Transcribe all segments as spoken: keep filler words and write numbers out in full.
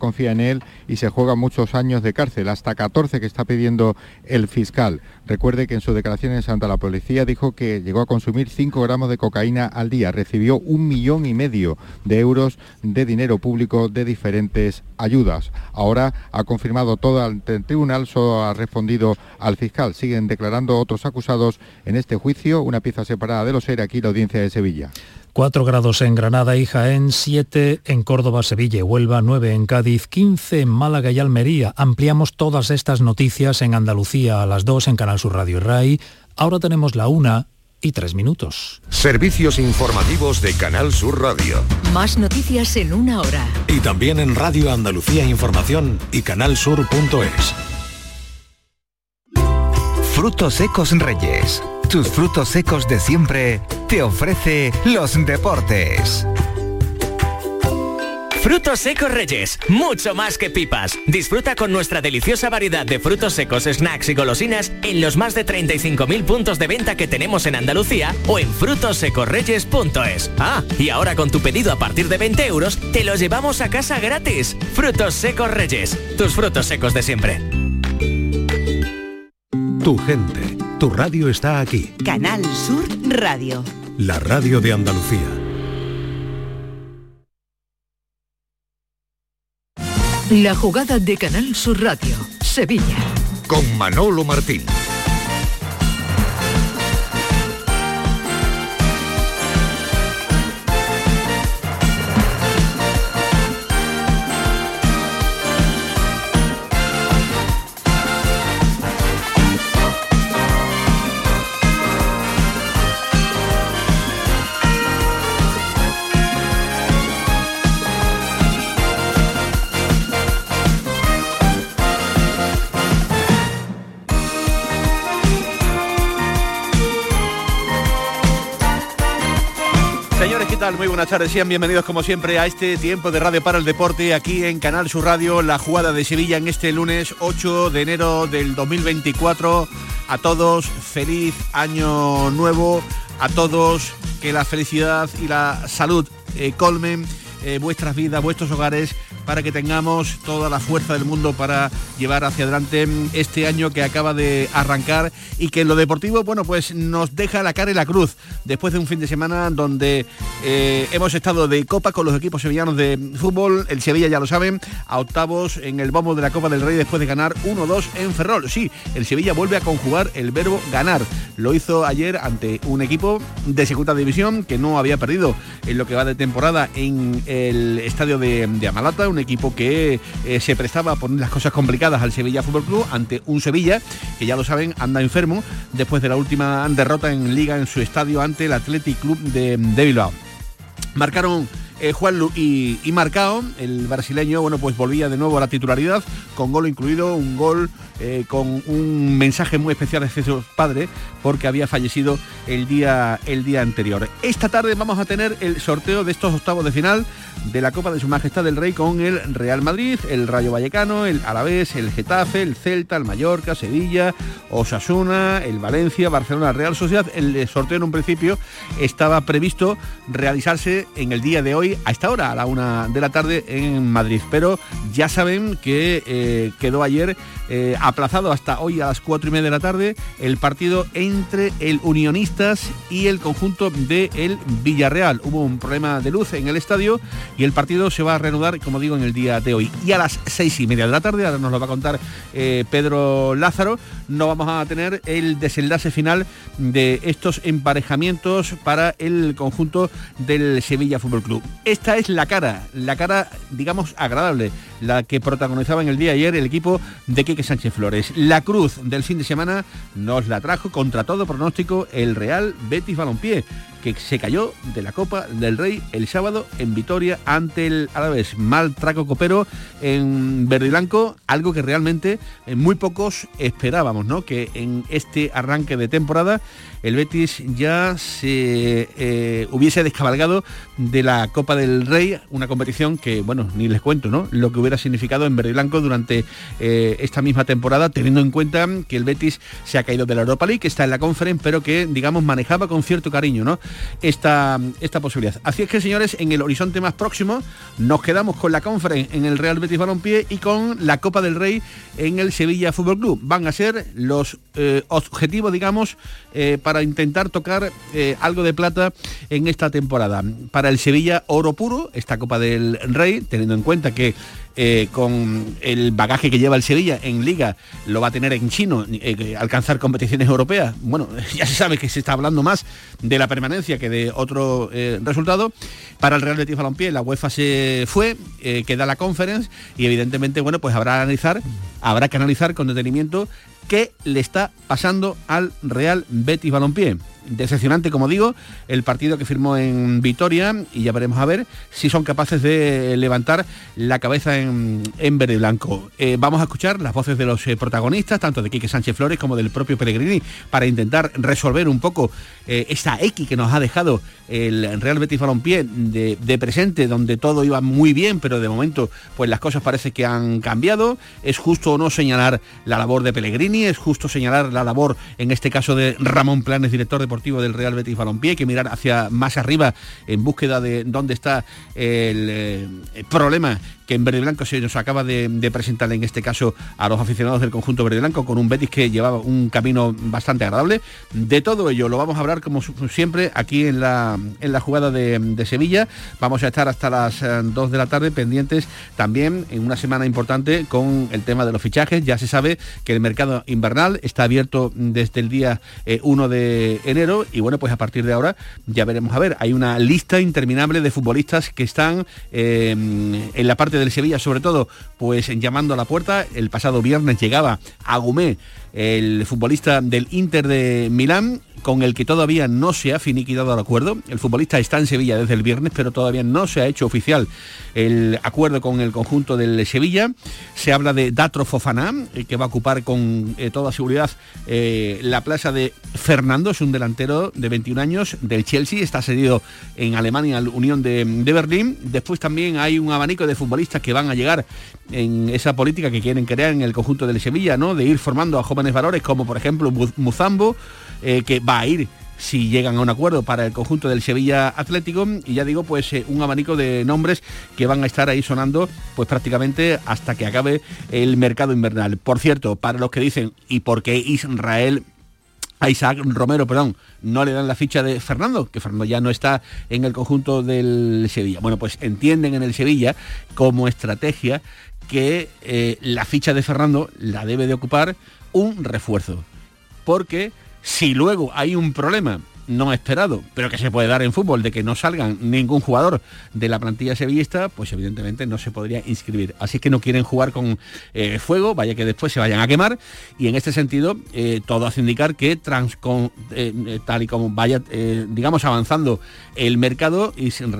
confía en él y se juega muchos años de cárcel, hasta catorce que está pidiendo el fiscal. Recuerde que en sus declaraciones ante la policía dijo que llegó a consumir cinco gramos de cocaína al día, recibió un millón y medio de euros de dinero público de diferentes ayudas. Ahora ha confirmado todo ante el tribunal, solo ha respondido al fiscal. Siguen declarando otros acusados en este juicio, una pieza separada de los E R E aquí, la audiencia de Sevilla. cuatro grados en Granada y Jaén, siete en Córdoba, Sevilla y Huelva, nueve en Cádiz, quince en Málaga y Almería. Ampliamos todas estas noticias en Andalucía a las dos en Canal Sur Radio y RAI. Ahora tenemos la una y tres minutos. Servicios informativos de Canal Sur Radio. Más noticias en una hora. Y también en Radio Andalucía Información y canalsur punto es. Frutos secos Reyes. Tus frutos secos de siempre te ofrece los deportes. Frutos secos Reyes, mucho más que pipas. Disfruta con nuestra deliciosa variedad de frutos secos, snacks y golosinas en los más de treinta y cinco mil puntos de venta que tenemos en Andalucía o en frutos secos reyes punto es. Ah, y ahora con tu pedido a partir de veinte euros, te los llevamos a casa gratis. Frutos secos Reyes, tus frutos secos de siempre. Tu gente, tu radio está aquí. Canal Sur Radio. La radio de Andalucía. La jugada de Canal Sur Radio, Sevilla. Con Manolo Martín. Muy buenas tardes, sean bienvenidos como siempre a este tiempo de Radio para el Deporte aquí en Canal Sur Radio, la jugada de Sevilla en este lunes ocho de enero del dos mil veinticuatro. A todos, feliz año nuevo, a todos que la felicidad y la salud eh, colmen eh, vuestras vidas, vuestros hogares, para que tengamos toda la fuerza del mundo para llevar hacia adelante este año que acaba de arrancar y que en lo deportivo, bueno, pues nos deja la cara y la cruz después de un fin de semana donde eh, hemos estado de copa con los equipos sevillanos de fútbol. El Sevilla, ya lo saben, a octavos en el bombo de la Copa del Rey después de ganar uno dos en Ferrol. Sí, el Sevilla vuelve a conjugar el verbo ganar. Lo hizo ayer ante un equipo de segunda división que no había perdido en lo que va de temporada en el estadio de, de Amalata, un equipo que eh, se prestaba a poner las cosas complicadas al Sevilla Fútbol Club ante un Sevilla que, ya lo saben, anda enfermo después de la última derrota en Liga en su estadio ante el Athletic Club de, de Bilbao. Marcaron eh, Juanlu y, y Marcao, el brasileño, bueno, pues volvía de nuevo a la titularidad, con gol incluido, un gol eh, con un mensaje muy especial hacia su padre, porque había fallecido el día, el día anterior. Esta tarde vamos a tener el sorteo de estos octavos de final de la Copa de Su Majestad el Rey con el Real Madrid, el Rayo Vallecano, el Alavés, el Getafe, el Celta, el Mallorca, Sevilla, Osasuna, el Valencia, Barcelona, Real Sociedad. El sorteo en un principio estaba previsto realizarse en el día de hoy a esta hora, a la una de la tarde en Madrid, pero ya saben que eh, quedó ayer eh, aplazado hasta hoy a las cuatro y media de la tarde el partido entre el Unionistas y el conjunto de el Villarreal. Hubo un problema de luz en el estadio y el partido se va a reanudar, como digo, en el día de hoy. Y a las seis y media de la tarde, ahora nos lo va a contar eh, Pedro Lázaro, no vamos a tener el desenlace final de estos emparejamientos para el conjunto del Sevilla Fútbol Club. Esta es la cara, la cara, digamos, agradable, la que protagonizaba en el día de ayer el equipo de Quique Sánchez Flores. La cruz del fin de semana nos la trajo contra todo pronóstico el Real Betis Balompié, que se cayó de la Copa del Rey el sábado en Vitoria ante el Alavés. Mal traco copero en verde y blanco, algo que realmente muy pocos esperábamos, ¿no? Que en este arranque de temporada el Betis ya se eh, hubiese descabalgado de la Copa del Rey, una competición que, bueno, ni les cuento, ¿no? Lo que hubiera hubiera significado en verde y blanco durante eh, esta misma temporada, teniendo en cuenta que el Betis se ha caído de la Europa League, que está en la Conference, pero que, digamos, manejaba con cierto cariño, ¿no?, esta, esta posibilidad. Así es que, señores, en el horizonte más próximo nos quedamos con la Conference en el Real Betis Balompié y con la Copa del Rey en el Sevilla Fútbol Club. Van a ser los eh, objetivos, digamos, eh, para intentar tocar eh, algo de plata en esta temporada. Para el Sevilla, oro puro, esta Copa del Rey, teniendo en cuenta que Eh, con el bagaje que lleva el Sevilla en Liga, lo va a tener en chino, eh, alcanzar competiciones europeas. Bueno, ya se sabe que se está hablando más de la permanencia que de otro eh, resultado. Para el Real Betis Balompié, la UEFA se fue, eh, queda la Conference y evidentemente, bueno, pues habrá, analizar, habrá que analizar con detenimiento qué le está pasando al Real Betis Balompié. Decepcionante, como digo, el partido que firmó en Vitoria, y ya veremos a ver si son capaces de levantar la cabeza en, en verde y blanco. Eh, vamos a escuchar las voces de los eh, protagonistas, tanto de Quique Sánchez Flores como del propio Pellegrini, para intentar resolver un poco eh, esta X que nos ha dejado el Real Betis Balompié de, de presente, donde todo iba muy bien, pero de momento pues las cosas parece que han cambiado. Es justo o no señalar la labor de Pellegrini, es justo señalar la labor, en este caso, de Ramón Planes, director deportivo del Real Betis Balompié, que mirar hacia más arriba en búsqueda de dónde está el, eh, el problema que en verde y blanco se nos acaba de, de presentar, en este caso, a los aficionados del conjunto verde y blanco, con un Betis que llevaba un camino bastante agradable. De todo ello lo vamos a hablar, como siempre, aquí en la, en la jugada de, de Sevilla. Vamos a estar hasta las eh, dos de la tarde pendientes también en una semana importante con el tema de los fichajes. Ya se sabe que el mercado invernal está abierto desde el día eh, uno de enero y bueno, pues a partir de ahora ya veremos a ver. Hay una lista interminable de futbolistas que están eh, en la parte del Sevilla, sobre todo, pues llamando a la puerta. El pasado viernes llegaba Agumé, el futbolista del Inter de Milán, con el que todavía no se ha finiquitado el acuerdo. El futbolista está en Sevilla desde el viernes, pero todavía no se ha hecho oficial el acuerdo con el conjunto del Sevilla. Se habla de Datro Fofana, eh, que va a ocupar con eh, toda seguridad eh, la plaza de Fernando. Es un delantero de veintiún años del Chelsea, está cedido en Alemania al Unión de, de Berlín. Después también hay un abanico de futbolistas que van a llegar en esa política que quieren crear en el conjunto del Sevilla, ¿no?, de ir formando a jóvenes valores, como por ejemplo Muzambo, eh, que va a ir, si llegan a un acuerdo, para el conjunto del Sevilla Atlético. Y ya digo, pues eh, un abanico de nombres que van a estar ahí sonando pues prácticamente hasta que acabe el mercado invernal. Por cierto, para los que dicen, ¿y por qué Israel a Isaac Romero, perdón, no le dan la ficha de Fernando? Que Fernando ya no está en el conjunto del Sevilla. Bueno, pues entienden en el Sevilla como estrategia que eh, la ficha de Fernando la debe de ocupar un refuerzo. Porque si luego hay un problema no esperado, pero que se puede dar en fútbol, de que no salgan ningún jugador de la plantilla sevillista, pues evidentemente no se podría inscribir. Así que no quieren jugar con eh, fuego, vaya que después se vayan a quemar, y en este sentido eh, todo hace indicar que trans, con, eh, tal y como vaya, eh, digamos, avanzando el mercado,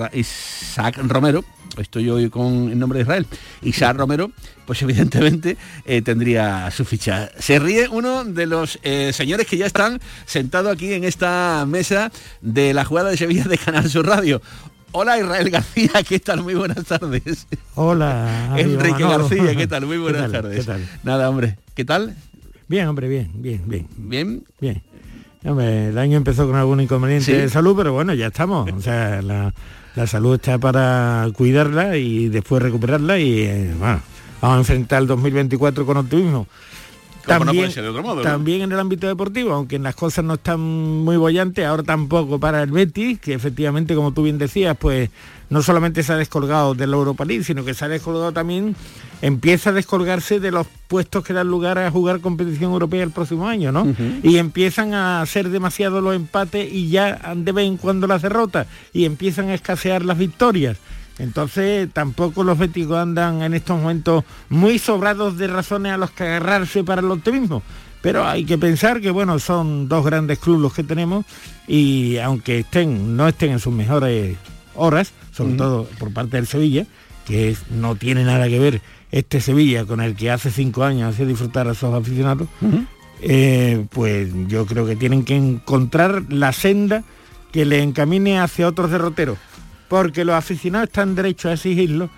Isaac Romero, estoy hoy con el nombre de Israel, Isaac Romero, pues evidentemente eh, tendría su ficha. Se ríe uno de los eh, señores que ya están sentados aquí en esta mesa de la jugada de Sevilla de Canal Sur Radio. Hola, Israel García, ¿qué tal? Muy buenas tardes. Hola. Enrique Manolo. García, ¿qué tal? Muy buenas ¿Qué tal? tardes. ¿Qué tal? Nada, hombre, ¿qué tal? Bien, hombre, bien, bien, bien. ¿Bien? Bien. Hombre, el año empezó con algún inconveniente ¿Sí? de salud, pero bueno, ya estamos. O sea, la, la salud está para cuidarla y después recuperarla y, eh, bueno, vamos a enfrentar el dos mil veinticuatro con optimismo. Como no puede ser de otro modo, ¿no? También en el ámbito deportivo, aunque las cosas no están muy bollantes, ahora tampoco para el Betis, que efectivamente, como tú bien decías, pues no solamente se ha descolgado de la Europa League, sino que se ha descolgado también, empieza a descolgarse de los puestos que dan lugar a jugar competición europea el próximo año, ¿no? Uh-huh. Y empiezan a ser demasiado los empates y ya de vez en cuando las derrotas, y empiezan a escasear las victorias. Entonces tampoco los béticos andan en estos momentos muy sobrados de razones a los que agarrarse para el optimismo. Pero hay que pensar que, bueno, son dos grandes clubes los que tenemos, y aunque estén no estén en sus mejores horas, sobre uh-huh. todo por parte del Sevilla, que es, no tiene nada que ver este Sevilla con el que hace cinco años hacía disfrutar a sus aficionados, uh-huh. eh, pues yo creo que tienen que encontrar la senda que le encamine hacia otros derroteros, porque los aficionados están derechos a exigirlo,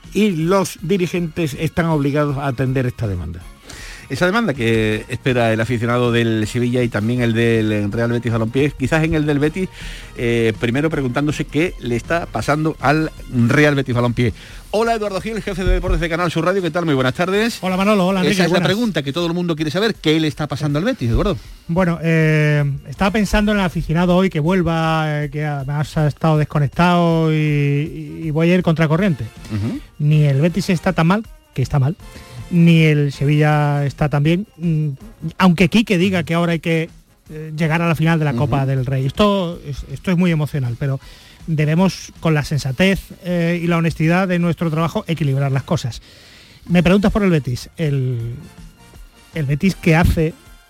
y los dirigentes están obligados a atender esta demanda. Esa demanda que espera el aficionado del Sevilla y también el del Real Betis Balompié, quizás en el del Betis, eh, primero preguntándose qué le está pasando al Real Betis Balompié. Hola, Eduardo Gil, jefe de deportes de Canal Sur Radio, ¿qué tal? Muy buenas tardes. Hola, Manolo, hola, Enrique. Esa es buenas. la pregunta que todo el mundo quiere saber, ¿qué le está pasando al Betis, Eduardo? Bueno, eh, estaba pensando en el aficionado hoy que vuelva, eh, que además ha estado desconectado y, y voy a ir contracorriente. Uh-huh. Ni el Betis está tan mal, que está mal, ni el Sevilla está tan bien, aunque Quique diga que ahora hay que eh, llegar a la final de la Copa uh-huh. del Rey. Esto es, esto es muy emocional, pero debemos, con la sensatez eh, y la honestidad de nuestro trabajo, equilibrar las cosas. Me preguntas por el Betis. El, el Betis, ¿qué hace,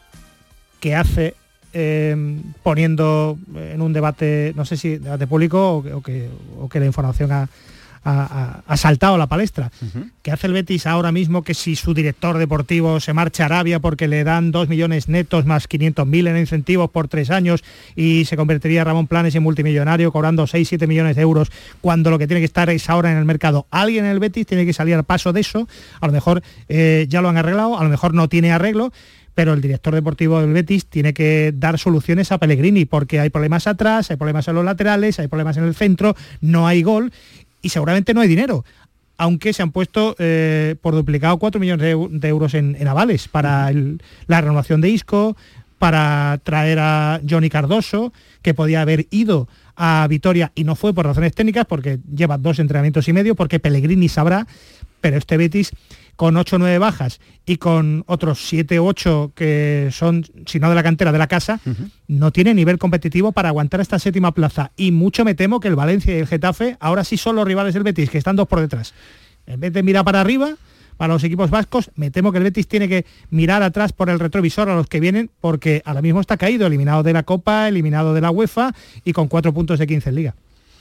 qué hace eh, poniendo en un debate, no sé si debate público o que, o que, o que la información ha... Ha, ha saltado la palestra? Uh-huh. ¿Qué hace el Betis ahora mismo que si su director deportivo se marcha a Arabia porque le dan dos millones netos más quinientos mil en incentivos por tres años y se convertiría Ramón Planes en multimillonario cobrando seis siete millones de euros cuando lo que tiene que estar es ahora en el mercado? Alguien en el Betis tiene que salir al paso de eso. A lo mejor eh, ya lo han arreglado, a lo mejor no tiene arreglo, pero el director deportivo del Betis tiene que dar soluciones a Pellegrini porque hay problemas atrás, hay problemas en los laterales, hay problemas en el centro, no hay gol y seguramente no hay dinero, aunque se han puesto eh, por duplicado cuatro millones de, de euros en, en avales para el, la renovación de Isco, para traer a Johnny Cardoso, que podía haber ido a Vitoria y no fue por razones técnicas, porque lleva dos entrenamientos y medio, porque Pellegrini sabrá, pero este Betis con ocho o nueve bajas y con otros siete u ocho que son, si no de la cantera, de la casa, uh-huh. no tiene nivel competitivo para aguantar esta séptima plaza. Y mucho me temo que el Valencia y el Getafe ahora sí son los rivales del Betis, que están dos por detrás. En vez de mirar para arriba, para los equipos vascos, me temo que el Betis tiene que mirar atrás por el retrovisor a los que vienen, porque ahora mismo está caído, eliminado de la Copa, eliminado de la UEFA y con cuatro puntos de quince en Liga.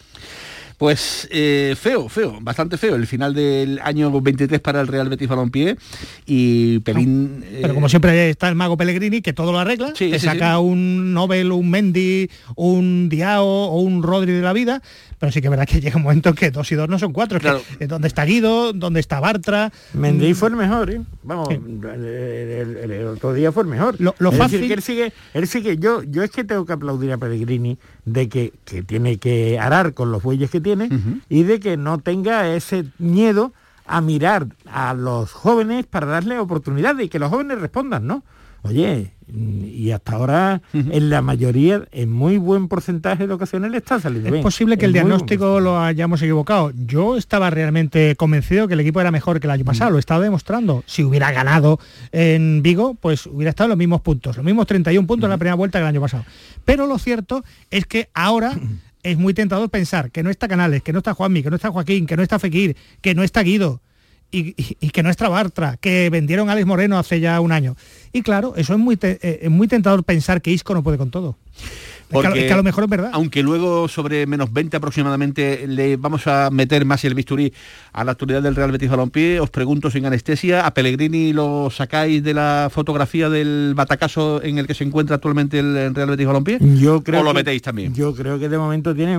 Pues eh, feo, feo, bastante feo el final del año veintitrés para el Real Betis Balompié y Pelín... No, pero eh... como siempre está el mago Pellegrini, que todo lo arregla, sí, te sí, saca sí. un Nobel, un Mendy, un Diao o un Rodri de la vida, pero sí que es verdad que llega un momento en que dos y dos no son cuatro. Claro. Es que, ¿dónde está Guido? ¿Dónde está Bartra? Mendy fue el mejor, ¿eh? Vamos, sí. el, el, el, el otro día fue el mejor. Lo, lo es fácil... decir, que él sigue, él sigue, yo, yo es que tengo que aplaudir a Pellegrini de que, que tiene que arar con los bueyes que tiene uh-huh. y de que no tenga ese miedo a mirar a los jóvenes para darle oportunidades y que los jóvenes respondan, ¿no? Oye, y hasta ahora uh-huh. en la mayoría, en muy buen porcentaje de ocasiones le está saliendo bien. Es posible que el diagnóstico lo hayamos equivocado. Yo estaba realmente convencido que el equipo era mejor que el año pasado, uh-huh. lo estaba demostrando. Si hubiera ganado en Vigo, pues hubiera estado en los mismos puntos, los mismos treinta y un puntos uh-huh. en la primera vuelta que el año pasado. Pero lo cierto es que ahora uh-huh. es muy tentador pensar que no está Canales, que no está Juanmi, que no está Joaquín, que no está Fekir, que no está Guido, Y, y, y que no es Bartra, que vendieron a Alex Moreno hace ya un año. Y claro, eso es muy, te, eh, es muy tentador pensar que Isco no puede con todo. Porque, es, que, es que a lo mejor es verdad. Aunque luego sobre menos veinte aproximadamente le vamos a meter más el bisturí a la actualidad del Real Betis Balompié, os pregunto sin anestesia, ¿a Pellegrini lo sacáis de la fotografía del batacazo en el que se encuentra actualmente el Real Betis Balompié? Yo creo ¿O lo que, metéis también? Yo creo que de momento tiene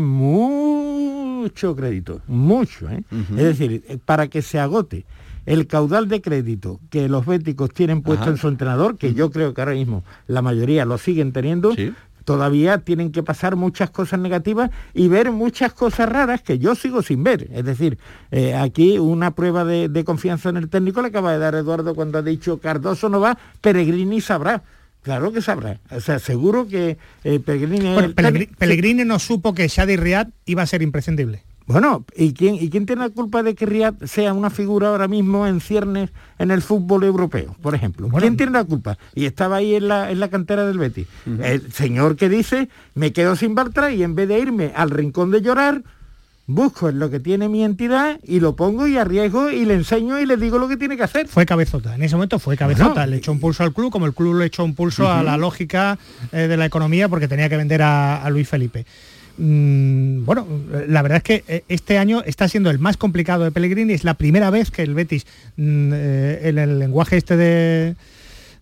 mucho crédito, mucho, ¿eh? Uh-huh. Es decir, para que se agote el caudal de crédito que los béticos tienen puesto Ajá. en su entrenador, que uh-huh. yo creo que ahora mismo la mayoría lo siguen teniendo, ¿sí? Todavía tienen que pasar muchas cosas negativas y ver muchas cosas raras que yo sigo sin ver. Es decir, eh, aquí una prueba de, de confianza en el técnico le acaba de dar Eduardo cuando ha dicho Cardoso no va, Pellegrini sabrá. Claro que sabrá. O sea, seguro que eh, Pellegrini... Bueno, Pellegrini, Pellegrini no supo que Shadi Riad iba a ser imprescindible. Bueno, ¿y quién, ¿y quién tiene la culpa de que Riad sea una figura ahora mismo en ciernes en el fútbol europeo, por ejemplo? Bueno, ¿quién tiene la culpa? Y estaba ahí en la, en la cantera del Betis. Uh-huh. El señor que dice, me quedo sin Bartra y en vez de irme al rincón de llorar, busco en lo que tiene mi entidad y lo pongo y arriesgo y le enseño y le digo lo que tiene que hacer. Fue cabezota, en ese momento fue cabezota. Bueno, le echó un pulso al club, como el club le echó un pulso uh-huh. a la lógica eh, de la economía porque tenía que vender a, a Luis Felipe. Mm, bueno, la verdad es que este año está siendo el más complicado de Pellegrini. Es la primera vez que el Betis, mm, eh, en el lenguaje este de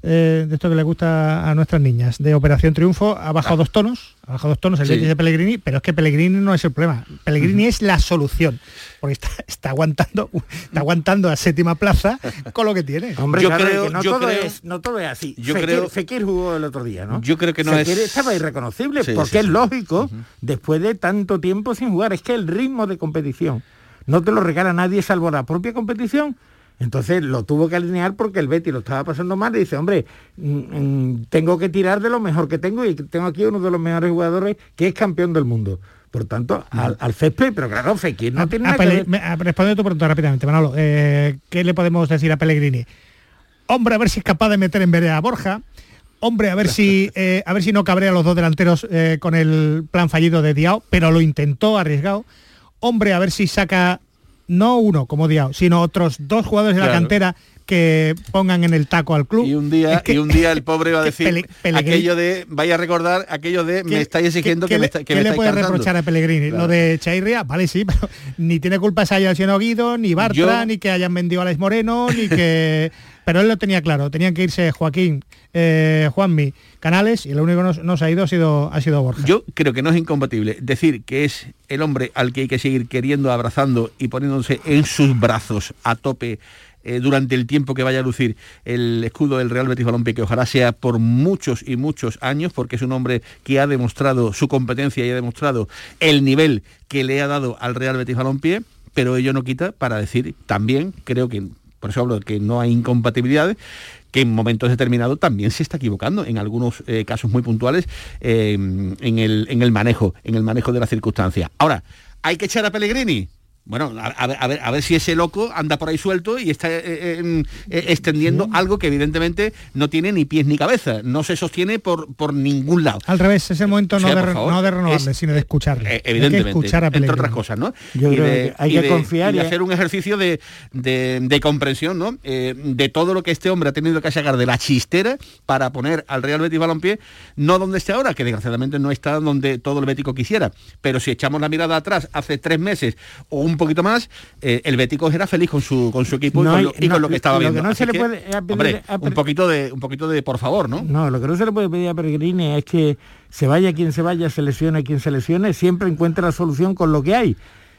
eh, de esto que le gusta a nuestras niñas, de Operación Triunfo, ha bajado ah. dos tonos, ha bajado dos tonos el sí. Betis de Pellegrini, pero es que Pellegrini no es el problema, Pellegrini uh-huh. es la solución, porque está, está aguantando está aguantando a séptima plaza con lo que tiene. Hombre, yo claro, creo, que no, yo todo creo, es, no todo es así. Yo Fekir, creo, Fekir jugó el otro día, ¿no? Yo creo que no Fekir es... estaba irreconocible, sí, porque sí, es sí. lógico, uh-huh. después de tanto tiempo sin jugar, es que el ritmo de competición no te lo regala nadie salvo la propia competición. Entonces lo tuvo que alinear porque el Betis lo estaba pasando mal y dice, hombre, mmm, tengo que tirar de lo mejor que tengo y tengo aquí uno de los mejores jugadores que es campeón del mundo. Por tanto, al, al césped, pero claro, Fekir no a, tiene nada Pele- que ver. Me, responde tu pregunta rápidamente, Manolo. Eh, ¿Qué le podemos decir a Pellegrini? Hombre, a ver si es capaz de meter en vereda a Borja. Hombre, a ver si eh, a ver si no cabrea a los dos delanteros eh, con el plan fallido de Diao, pero lo intentó arriesgado. Hombre, a ver si saca... no uno como Diao, sino otros dos jugadores de claro. la cantera que pongan en el taco al club. Y un día, es que, y un día el pobre va a decir Pele, aquello de, vaya a recordar aquello de me estáis exigiendo que, que, me, está, que ¿qué me le estáis puede cansando? Reprochar a Pellegrini? Claro. Lo de Chairria, vale, sí, pero ni tiene culpa se haya lesionado Guido, ni Bartra, Yo... ni que hayan vendido a Alex Moreno, ni que... Pero él lo tenía claro, tenían que irse Joaquín, eh, Juanmi, Canales, y lo único que nos, nos ha ido ha sido, ha sido Borja. Yo creo que no es incompatible decir que es el hombre al que hay que seguir queriendo, abrazando y poniéndose en sus brazos a tope eh, durante el tiempo que vaya a lucir el escudo del Real Betis Balompié, que ojalá sea por muchos y muchos años, porque es un hombre que ha demostrado su competencia y ha demostrado el nivel que le ha dado al Real Betis Balompié, pero ello no quita para decir también, creo que... por eso hablo de que no hay incompatibilidades, que en momentos determinados también se está equivocando, en algunos eh, casos muy puntuales, eh, en, el, en el manejo, en el manejo de las circunstancias. Ahora, ¿hay que echar a Pellegrini? Bueno, a, a, ver, a, ver, a ver si ese loco anda por ahí suelto y está eh, eh, eh, extendiendo sí. algo que evidentemente no tiene ni pies ni cabeza, no se sostiene por, por ningún lado. Al revés, es el momento no, o sea, de, favor, no de renovarle, es, sino de escucharle. Eh, evidentemente, hay que escuchar a entre otras cosas, ¿no? Yo y creo de, que hay y que de, confiar y de hacer un ejercicio de, de, de comprensión, ¿no? Eh, de todo lo que este hombre ha tenido que sacar de la chistera para poner al Real Betis Balompié, no donde esté ahora, que desgraciadamente no está donde todo el bético quisiera, pero si echamos la mirada atrás hace tres meses o un poquito más, Eh, el Bético era feliz con su con su equipo no, y, con lo, y no, con lo que estaba lo viendo. Que no se le que, puede pedir, hombre, a, un poquito de un poquito de por favor, ¿no? No, lo que no se le puede pedir a Pellegrini es que se vaya quien se vaya, se lesione quien se lesione, siempre encuentre la solución con lo que hay.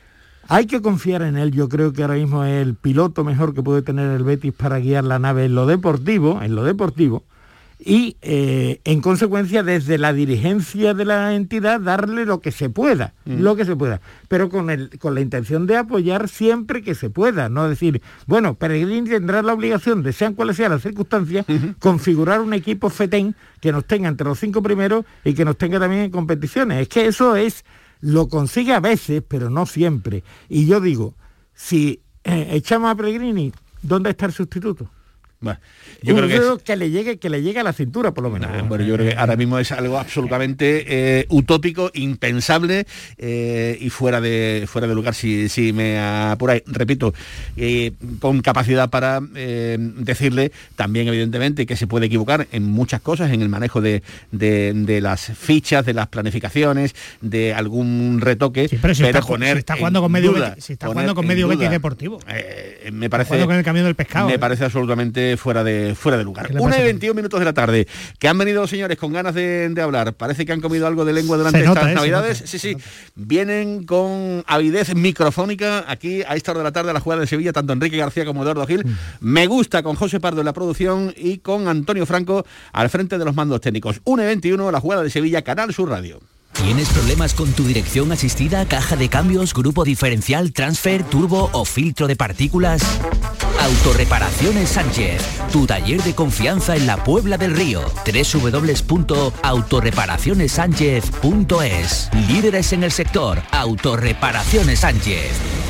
Hay que confiar en él, yo creo que ahora mismo es el piloto mejor que puede tener el Betis para guiar la nave en lo deportivo, en lo deportivo. Y eh, en consecuencia desde la dirigencia de la entidad darle lo que se pueda, mm. lo que se pueda, pero con el con la intención de apoyar siempre que se pueda, no decir, bueno, Pellegrini tendrá la obligación de, sean cuales sean las circunstancias, uh-huh. configurar un equipo fetén que nos tenga entre los cinco primeros y que nos tenga también en competiciones. Es que eso es, lo consigue a veces, pero no siempre. Y yo digo, si eh, echamos a Pellegrini, ¿dónde está el sustituto? Bueno, yo creo que, es... que le llegue que le llegue a la cintura por lo menos. Nah, bueno, yo creo que ahora mismo es algo absolutamente eh, utópico, impensable eh, y fuera de fuera de lugar si, si me apuráis. Repito, eh, con capacidad para eh, decirle también evidentemente que se puede equivocar en muchas cosas, en el manejo de, de, de las fichas, de las planificaciones, de algún retoque, sí, pero, si pero está, poner si está jugando con medio duda, Betis, si está jugando con medio Betis deportivo. Eh, me parece jugando con el camión del pescado. Me eh. parece absolutamente fuera de fuera de lugar. Una y veintiún minutos de la tarde. Que han venido los señores con ganas de, de hablar. Parece que han comido algo de lengua durante se nota, estas eh, navidades. Se sí, sí. nota. Vienen con avidez microfónica aquí a esta hora de la tarde a la jugada de Sevilla, tanto Enrique García como Eduardo Gil. Mm. Me gusta con José Pardo en la producción y con Antonio Franco al frente de los mandos técnicos. una y veintiuno, la jugada de Sevilla, Canal Sur Radio. ¿Tienes problemas con tu dirección asistida, caja de cambios, grupo diferencial, transfer, turbo o filtro de partículas? Autorreparaciones Sánchez, tu taller de confianza en la Puebla del Río. doble u doble u doble u punto autorreparaciones sánchez punto es. Líderes en el sector, Autorreparaciones Sánchez.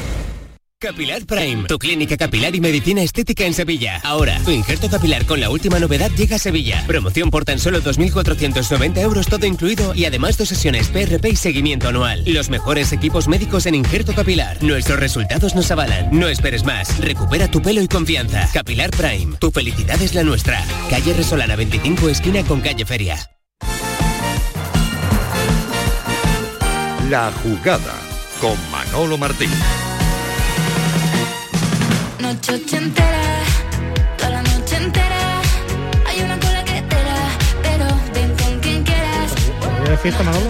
Capilar Prime, tu clínica capilar y medicina estética en Sevilla. Ahora, tu injerto capilar con la última novedad llega a Sevilla. Promoción por tan solo dos mil cuatrocientos noventa euros todo incluido y además dos sesiones P R P y seguimiento anual. Los mejores equipos médicos en injerto capilar. Nuestros resultados nos avalan. No esperes más. Recupera tu pelo y confianza. Capilar Prime, tu felicidad es la nuestra. Calle Resolana veinticinco, esquina con calle Feria. La jugada con Manolo Martín. Noche entera, toda la noche entera, hay una cola de fiesta, Manolo?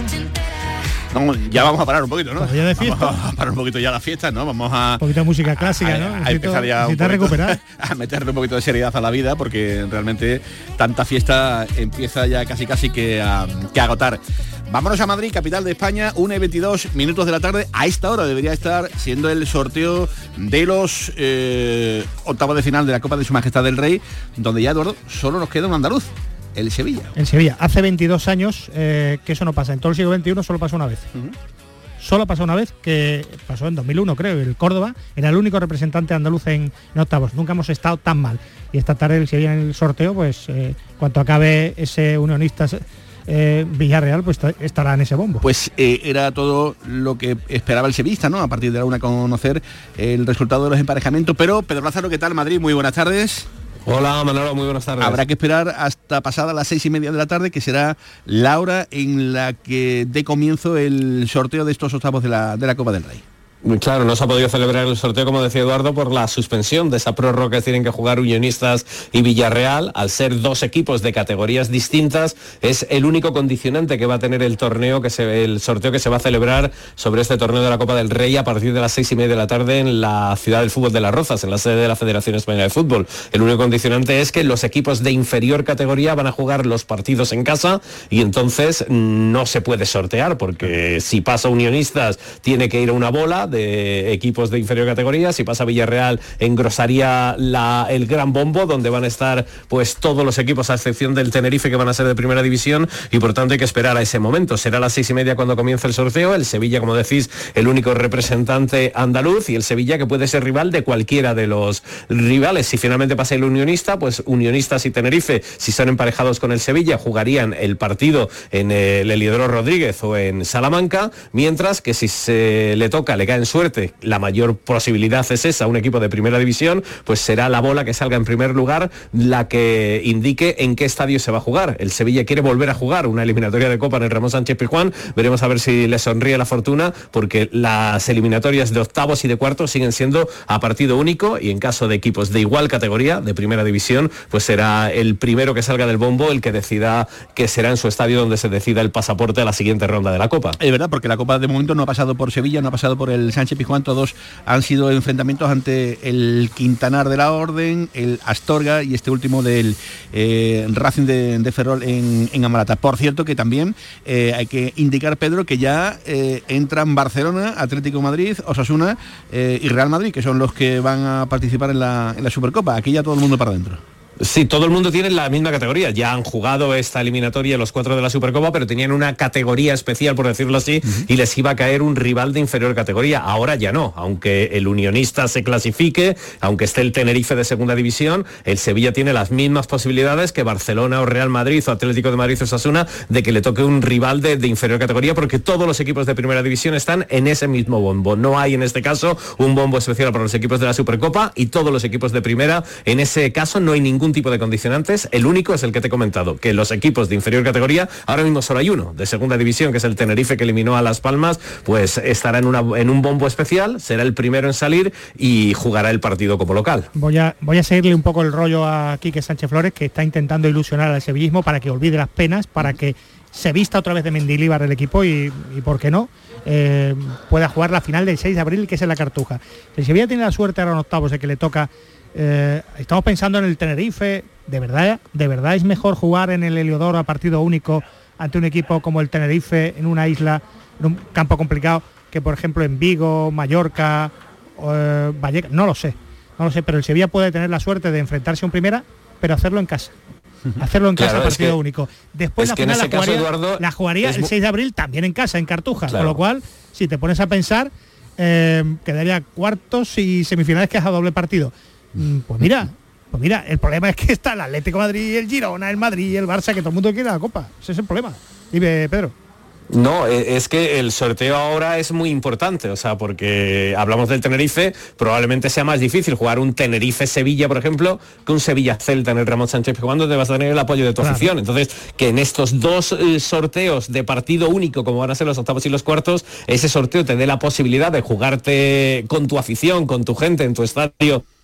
No, ya vamos a parar un poquito, ¿no? Pues ya de fiesta. Vamos a parar un poquito ya la fiesta, ¿no? Vamos a... Un poquito de música clásica, a, ¿no? A, a empezar ya un poquito, recuperar. A meterle un poquito de seriedad a la vida, porque realmente tanta fiesta empieza ya casi casi que a, que a agotar. Vámonos a Madrid, capital de España, una y veintidós minutos de la tarde. A esta hora debería estar siendo el sorteo de los eh, octavos de final de la Copa de Su Majestad el Rey, donde ya, Eduardo, solo nos queda un andaluz. El Sevilla. El Sevilla. Hace veintidós años eh, que eso no pasa. En todo el siglo veintiuno solo pasó una vez. Uh-huh. Solo pasó una vez, que pasó en dos mil uno, creo. El Córdoba era el único representante andaluz en, en octavos. Nunca hemos estado tan mal. Y esta tarde el Sevilla en el sorteo, pues eh, cuando acabe ese Unionistas eh, Villarreal, pues estará en ese bombo. Pues eh, era todo lo que esperaba el sevillista, ¿no? A partir de la una conocer el resultado de los emparejamientos. Pero, Pedro Lázaro, ¿qué tal, Madrid? Muy buenas tardes. Hola Manolo, muy buenas tardes. Habrá que esperar hasta pasada las seis y media de la tarde, que será la hora en la que dé comienzo el sorteo de estos octavos de la, de la Copa del Rey. Claro, no se ha podido celebrar el sorteo, como decía Eduardo, por la suspensión de esa prórroga que tienen que jugar Unionistas y Villarreal. Al ser dos equipos de categorías distintas, es el único condicionante que va a tener el torneo, que se, el sorteo que se va a celebrar sobre este torneo de la Copa del Rey a partir de las seis y media de la tarde en la ciudad del fútbol de Las Rozas, en la sede de la Federación Española de Fútbol. El único condicionante es que los equipos de inferior categoría van a jugar los partidos en casa y entonces no se puede sortear, porque si pasa Unionistas tiene que ir a una bola de equipos de inferior categoría, si pasa Villarreal engrosaría la, el gran bombo, donde van a estar pues todos los equipos a excepción del Tenerife, que van a ser de primera división, y por tanto hay que esperar a ese momento. Será a las seis y media cuando comience el sorteo. El Sevilla, como decís, el único representante andaluz, y el Sevilla que puede ser rival de cualquiera de los rivales. Si finalmente pasa el Unionista, pues Unionistas y Tenerife, si son emparejados con el Sevilla, jugarían el partido en el Heliodoro Rodríguez o en Salamanca, mientras que si se le toca, le cae en suerte, la mayor posibilidad es esa, un equipo de primera división, pues será la bola que salga en primer lugar la que indique en qué estadio se va a jugar. El Sevilla quiere volver a jugar una eliminatoria de Copa en el Ramón Sánchez Pizjuán. Veremos a ver si le sonríe la fortuna, porque las eliminatorias de octavos y de cuartos siguen siendo a partido único, y en caso de equipos de igual categoría, de primera división, pues será el primero que salga del bombo el que decida que será en su estadio donde se decida el pasaporte a la siguiente ronda de la Copa. Es verdad, porque la Copa de momento no ha pasado por Sevilla, no ha pasado por el Sánchez Pizjuán. Todos han sido enfrentamientos ante el Quintanar de la Orden, el Astorga y este último del eh, Racing de, de Ferrol en, en Amarata. Por cierto, que también eh, hay que indicar, Pedro, que ya eh, entran Barcelona, Atlético de Madrid, Osasuna eh, y Real Madrid, que son los que van a participar en la, en la Supercopa. Aquí ya todo el mundo para adentro. Sí, todo el mundo tiene la misma categoría. Ya han jugado esta eliminatoria los cuatro de la Supercopa, pero tenían una categoría especial, por decirlo así, uh-huh. y les iba a caer un rival de inferior categoría. Ahora ya no. Aunque el Unionista se clasifique, aunque esté el Tenerife de segunda división, el Sevilla tiene las mismas posibilidades que Barcelona o Real Madrid o Atlético de Madrid o Osasuna de que le toque un rival de, de inferior categoría, porque todos los equipos de primera división están en ese mismo bombo. No hay en este caso un bombo especial para los equipos de la Supercopa, y todos los equipos de primera, en ese caso no hay ningún tipo de condicionantes. El único es el que te he comentado, que los equipos de inferior categoría, ahora mismo solo hay uno de segunda división, que es el Tenerife, que eliminó a Las Palmas, pues estará en, una, en un bombo especial, será el primero en salir y jugará el partido como local. Voy a, voy a seguirle un poco el rollo a Quique Sánchez Flores, que está intentando ilusionar al sevillismo para que olvide las penas, para que se vista otra vez de Mendilibar el equipo y, y ¿por qué no? Eh, pueda jugar la final del seis de abril, que es en la Cartuja. El Sevilla tiene la suerte ahora en octavos de que le toca. Eh, estamos pensando en el Tenerife. ¿De verdad, ¿De verdad es mejor jugar en el Heliodoro a partido único ante un equipo como el Tenerife, en una isla, en un campo complicado, que por ejemplo en Vigo, Mallorca, eh, Vallecas? No lo sé, no lo sé, pero el Sevilla puede tener la suerte de enfrentarse a un primera, pero hacerlo en casa. Hacerlo en casa, claro, partido que, único. Después la final la jugaría, caso, Eduardo, la jugaría el seis de abril también en casa, en Cartuja. Claro. Con lo cual, si te pones a pensar, eh, quedaría cuartos y semifinales que es a doble partido. Pues mira, pues mira, el problema es que está el Atlético de Madrid, el Girona, el Madrid y el Barça, que todo el mundo quiere la Copa. Ese es el problema. Dime, Pedro. No, es que el sorteo ahora es muy importante, o sea, porque hablamos del Tenerife, probablemente sea más difícil jugar un Tenerife-Sevilla, por ejemplo, que un Sevilla-Celta en el Ramón Sánchez Pizjuán, donde vas a tener el apoyo de tu claro. afición. Entonces, que en estos dos eh, sorteos de partido único, como van a ser los octavos y los cuartos, ese sorteo te dé la posibilidad de jugarte con tu afición, con tu gente, en tu estadio,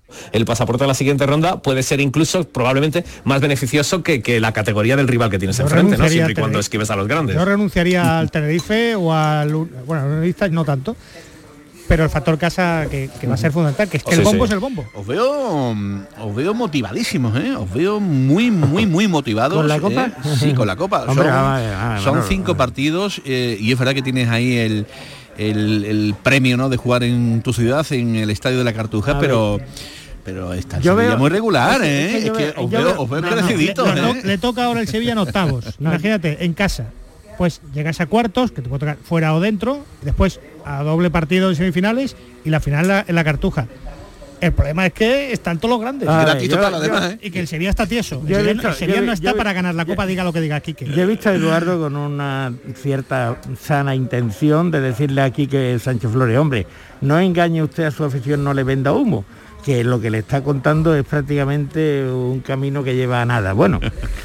el pasaporte a la siguiente ronda puede ser incluso probablemente más beneficioso que, que la categoría del rival que tienes Yo enfrente, ¿no? Siempre y renunciaría cuando al esquives a los grandes. Yo renunciaría al Tenerife o al... Bueno, al Unionistas no tanto, pero el factor casa que, que va a ser fundamental, que es que Sí, el bombo sí. es el bombo. Os veo, os veo motivadísimos, ¿eh? Os veo muy, muy, muy motivados. ¿Con la Copa? ¿eh? Sí, con la Copa. Hombre, son vale, vale, son bueno, cinco partidos eh, y es verdad que tienes ahí el, el, el premio, ¿no?, de jugar en tu ciudad, en el Estadio de la Cartuja, A pero... Pero está el Yo Sevilla veo- muy regular, es ¿eh? que Es yo que veo- os yo veo, veo- os veo No, no, creciditos, le, ¿eh? le to- le toca ahora el Sevilla en octavos. Imagínate, en casa. Pues llegas a cuartos, que te puede tocar fuera o dentro, después a doble partido en semifinales y la final en la, en la Cartuja. El problema es que están todos los grandes. Ah, Gratis yo- total, yo- además, ¿eh? Y que el Sevilla está tieso. El Yo he Sevilla, visto- el Sevilla yo he- no yo está he- para ganar la yo- Copa, diga lo que diga Quique. Yo he visto a Eduardo con una cierta sana intención de decirle aquí que Sánchez Flores, hombre, no engañe usted a su afición, no le venda humo, que lo que le está contando es prácticamente un camino que lleva a nada. Bueno,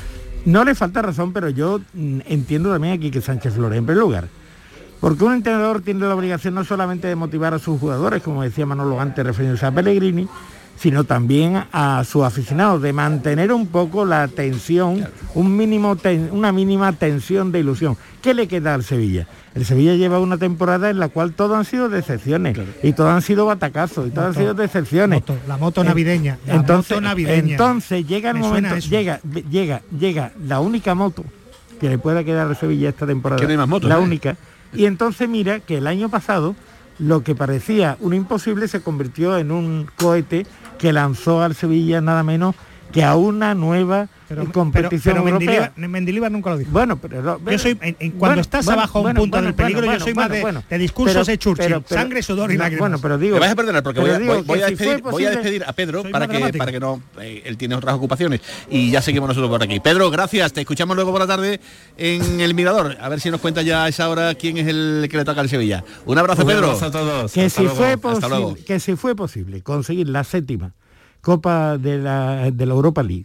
no le falta razón, pero yo mm, entiendo también aquí que Sánchez Flores, en primer lugar, porque un entrenador tiene la obligación no solamente de motivar a sus jugadores, como decía Manolo antes refiriéndose a Pellegrini, sino también a sus aficionados, de mantener un poco la tensión, un mínimo ten- una mínima tensión de ilusión. ¿Qué le queda al Sevilla? El Sevilla lleva una temporada en la cual todo han sido decepciones, y todo han sido batacazos, y todo han Moto, sido decepciones. moto, la moto navideña, la entonces, moto navideña. entonces llega el Me suena momento, eso. llega, llega, llega la única moto que le pueda quedar al Sevilla esta temporada. Que no hay más motos, la ¿eh? única. Y entonces mira que el año pasado lo que parecía un imposible se convirtió en un cohete que lanzó al Sevilla nada menos que a una nueva Pero, eh, pero, competición pero europea. Mendilibar, Mendilibar nunca lo dijo. Bueno, pero, no, Yo soy, en- en- cuando bueno, estás bueno, abajo a un bueno, punto bueno, del peligro, bueno, yo soy bueno, más de, bueno, de discursos pero- de Churchill, pero- pero- sangre, sudor y no, lágrimas. Bueno, pero digo, Me vais a perdonar porque voy pero a, digo voy- voy que a si fue despedir, voy a posible- despedir a Pedro Soy para más que, dramático. para que no, eh, él tiene otras ocupaciones y ya seguimos nosotros por aquí. Pedro, gracias, te escuchamos luego por la tarde en el Mirador, a ver si nos cuenta ya a esa hora quién es el que le toca al Sevilla. Un abrazo, Un Pedro. abrazo a todos. que Hasta si, luego. fue Hasta luego. posible, que si fue posible conseguir la séptima Copa de la, de la Europa League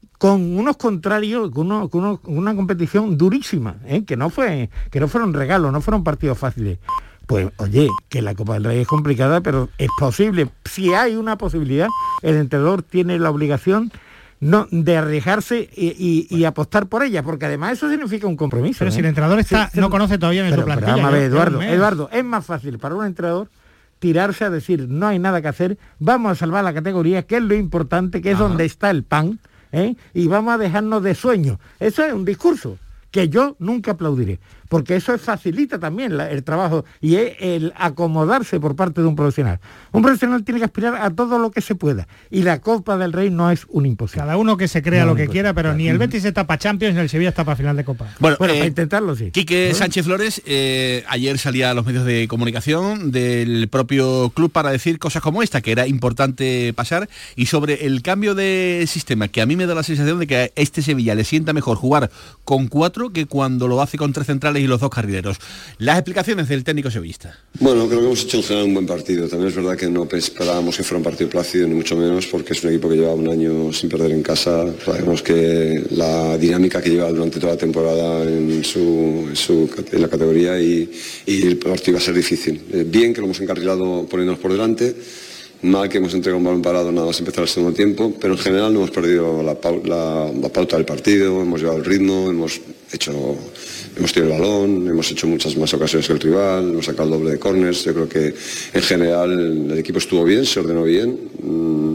con unos contrarios, con, uno- con uno- con una competición durísima, ¿eh? que no fue, que no fueron regalos, no fueron partidos fáciles. Pues oye, que la Copa del Rey es complicada, pero es posible. Si hay una posibilidad, el entrenador tiene la obligación no de arriesgarse y, y- y apostar por ella, porque además eso significa un compromiso. Pero ¿eh? si el entrenador está, Sí, no sí. conoce todavía ni Pero, su pero plantilla. vamos a ver, yo- yo Eduardo, me- Eduardo, es más fácil para un entrenador tirarse a decir no hay nada que hacer, vamos a salvar la categoría, que es lo importante, que es donde está el pan, ¿eh? Y vamos a dejarnos de sueños. Eso es un discurso que yo nunca aplaudiré, porque eso facilita también la- el trabajo y es el acomodarse por parte de un profesional. Un profesional tiene que aspirar a todo lo que se pueda y la Copa del Rey no es un imposible. Cada uno que se crea No, lo que pues, quiera, pero claro. ni el Betis está para Champions ni el Sevilla está para final de Copa. Bueno, Bueno, eh, para intentarlo sí. Quique ¿No? Sánchez Flores, eh, ayer salía a los medios de comunicación del propio club para decir cosas como esta, que era importante pasar, y sobre el cambio de sistema, que a mí me da la sensación de que a este Sevilla le sienta mejor jugar con cuatro que cuando lo hace con tres centrales y los dos carrileros. Las explicaciones del técnico sevillista. Bueno, creo que hemos hecho en general un buen partido. También es verdad que no esperábamos que fuera un partido plácido, ni mucho menos, porque es un equipo que lleva un año sin perder en casa. Sabemos que la dinámica que lleva durante toda la temporada en, su, en, su, en la categoría y, y el partido va a ser difícil. Eh, bien que lo hemos encarrilado poniéndonos por delante, mal que hemos entregado un balón parado nada más empezar el segundo tiempo, pero en general no hemos perdido la, pau- la, la pauta del partido, hemos llevado el ritmo, hemos hecho, hemos tirado el balón, hemos hecho muchas más ocasiones que el rival, hemos sacado el doble de corners. Yo creo que en general el equipo estuvo bien, se ordenó bien mm,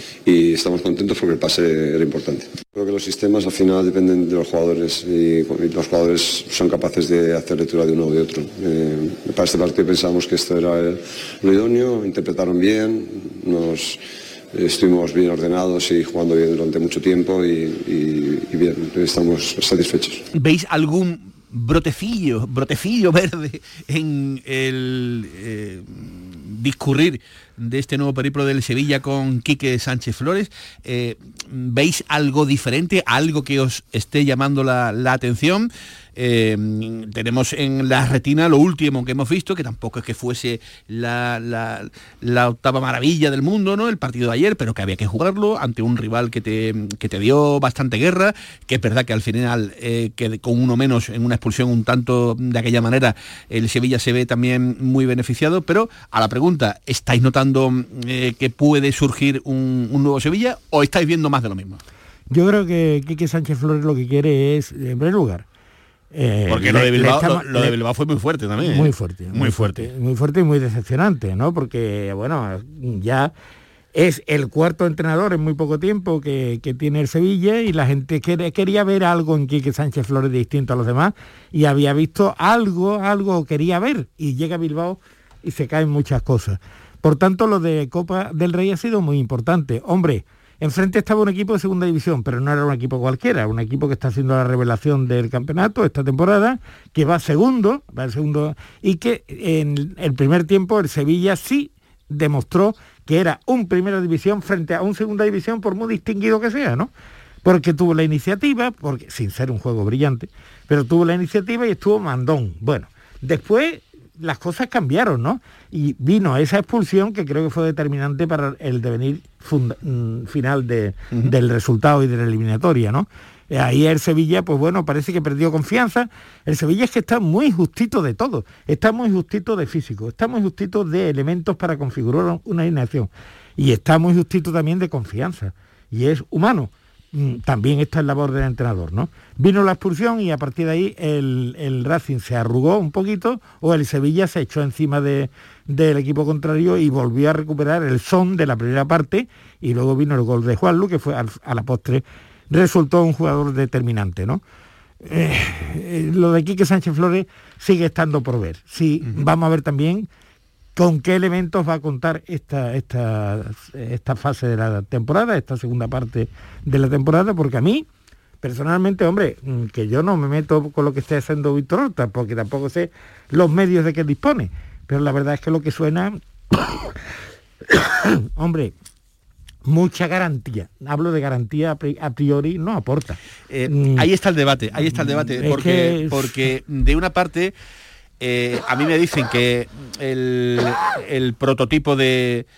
y estamos contentos porque el pase era importante. Creo que los sistemas al final dependen de los jugadores y los jugadores son capaces de hacer lectura de uno o de otro. Eh, para este partido pensábamos que esto era el- lo idóneo, interpretaron bien, nos estuvimos bien ordenados y jugando bien durante mucho tiempo y, y- y bien, estamos satisfechos. ¿Veis algún brotecillo, brotecillo verde en el eh, discurrir de este nuevo periplo del Sevilla con Quique Sánchez Flores? Eh, ¿Veis algo diferente, algo que os esté llamando la, la atención? Eh, tenemos en la retina lo último que hemos visto, que tampoco es que fuese la, la, la octava maravilla del mundo, ¿no? El partido de ayer, pero que había que jugarlo ante un rival que te, que te dio bastante guerra, que es verdad que al final, eh, que con uno menos en una expulsión un tanto de aquella manera, el Sevilla se ve también muy beneficiado, pero a la pregunta, ¿estáis notando eh, que puede surgir un, un nuevo Sevilla o estáis viendo más de lo mismo? Yo creo que Quique Sánchez Flores lo que quiere es, en primer lugar, Eh, Porque lo de, Bilbao, estamos, lo, lo de Bilbao fue muy fuerte también. Muy ¿eh? fuerte. Muy, muy fuerte. fuerte. Muy fuerte y muy decepcionante, ¿no? Porque, bueno, ya es el cuarto entrenador en muy poco tiempo que, que tiene el Sevilla y la gente quería, quería ver algo en Quique Sánchez Flores distinto a los demás y había visto algo, algo quería ver y llega a Bilbao y se caen muchas cosas. Por tanto, lo de Copa del Rey ha sido muy importante. Hombre, enfrente estaba un equipo de segunda división, pero no era un equipo cualquiera, un equipo que está haciendo la revelación del campeonato esta temporada, que va segundo, va segundo, y que en el primer tiempo el Sevilla sí demostró que era un primera división frente a un segunda división, por muy distinguido que sea, ¿no? Porque tuvo la iniciativa, porque sin ser un juego brillante, pero tuvo la iniciativa y estuvo mandón. Bueno, después las cosas cambiaron, ¿no? Y vino esa expulsión que creo que fue determinante para el devenir funda- final de, uh-huh. del resultado y de la eliminatoria, ¿no? Ahí el Sevilla, pues bueno, parece que perdió confianza. El Sevilla es que está muy justito de todo. Está muy justito de físico, está muy justito de elementos para configurar una alineación. Y está muy justito también de confianza. Y es humano. También esta es labor del entrenador, ¿no? Vino la expulsión y a partir de ahí el, el Racing se arrugó un poquito o el Sevilla se echó encima de, del equipo contrario y volvió a recuperar el son de la primera parte y luego vino el gol de Juanlu, que fue a, a la postre resultó un jugador determinante, ¿no? Eh, eh, lo de Quique Sánchez Flores sigue estando por ver. Sí, uh-huh. Vamos a ver también con qué elementos va a contar esta, esta, esta fase de la temporada, esta segunda parte de la temporada, porque a mí, personalmente, hombre, que yo no me meto con lo que esté haciendo Víctor Horta, porque tampoco sé los medios de que dispone, pero la verdad es que lo que suena, hombre, mucha garantía. Hablo de garantía a priori, no aporta. Eh, mm. Ahí está el debate, ahí está el debate, porque, que... porque de una parte... Eh, a mí me dicen que el, el prototipo de,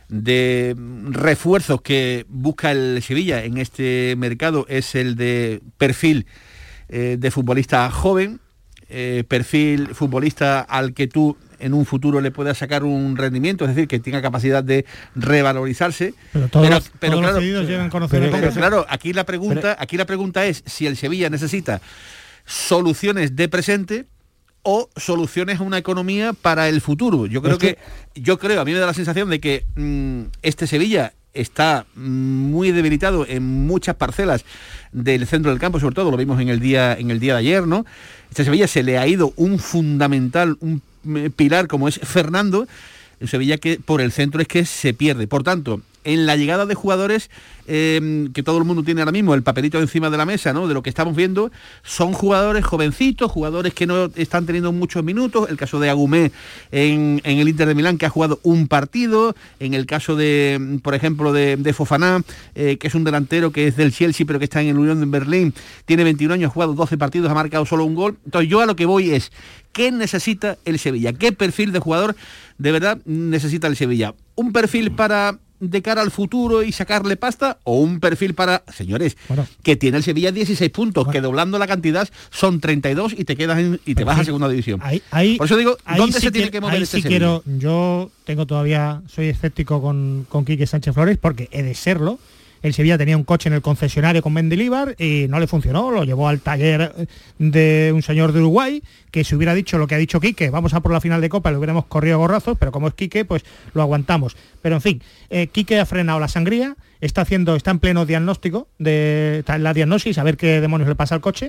de refuerzos que busca el Sevilla en este mercado es el de perfil eh, de futbolista joven, eh, perfil futbolista al que tú en un futuro le puedas sacar un rendimiento, es decir, que tenga capacidad de revalorizarse. Pero todos, pero, los, pero todos claro, los cedidos llevan conocimiento. Pero, claro, aquí la pregunta, pero, aquí la pregunta es si el Sevilla necesita soluciones de presente o soluciones a una economía para el futuro. Yo creo es que, que, yo creo, a mí me da la sensación de que mmm, este Sevilla está muy debilitado en muchas parcelas del centro del campo, sobre todo lo vimos en el día, en el día de ayer, ¿no? Este Sevilla se le ha ido un fundamental, un pilar como es Fernando, el Sevilla que por el centro es que se pierde. Por tanto, en la llegada de jugadores eh, que todo el mundo tiene ahora mismo, el papelito encima de la mesa, ¿no? De lo que estamos viendo, son jugadores jovencitos, jugadores que no están teniendo muchos minutos, el caso de Agumé en, en el Inter de Milán, que ha jugado un partido, en el caso de, por ejemplo, de, de Fofana, eh, que es un delantero que es del Chelsea, pero que está en el Unión de Berlín, tiene veintiún años, ha jugado doce partidos, ha marcado solo un gol. Entonces yo a lo que voy es, ¿qué necesita el Sevilla? ¿Qué perfil de jugador de verdad necesita el Sevilla? ¿Un perfil para de cara al futuro y sacarle pasta o un perfil para, señores, bueno, que tiene el Sevilla dieciséis puntos, bueno, que doblando la cantidad son treinta y dos y te quedas en, y te vas sí, a segunda división? Ahí, ahí, Por eso digo, ¿dónde sí se tiene que, que mover ahí este sí Sevilla? Quiero, yo tengo todavía, soy escéptico con, con Quique Sánchez Flores porque he de serlo. El Sevilla tenía un coche en el concesionario con Mendilibar y no le funcionó, lo llevó al taller de un señor de Uruguay, que si hubiera dicho lo que ha dicho Quique, vamos a por la final de Copa, le hubiéramos corrido gorrazos, pero como es Quique, pues lo aguantamos. Pero en fin, eh, Quique ha frenado la sangría, está haciendo, está en pleno diagnóstico, de, está en la diagnosis, a ver qué demonios le pasa al coche,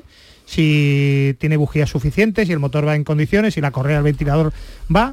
si tiene bujías suficientes, si el motor va en condiciones, si la correa del ventilador va,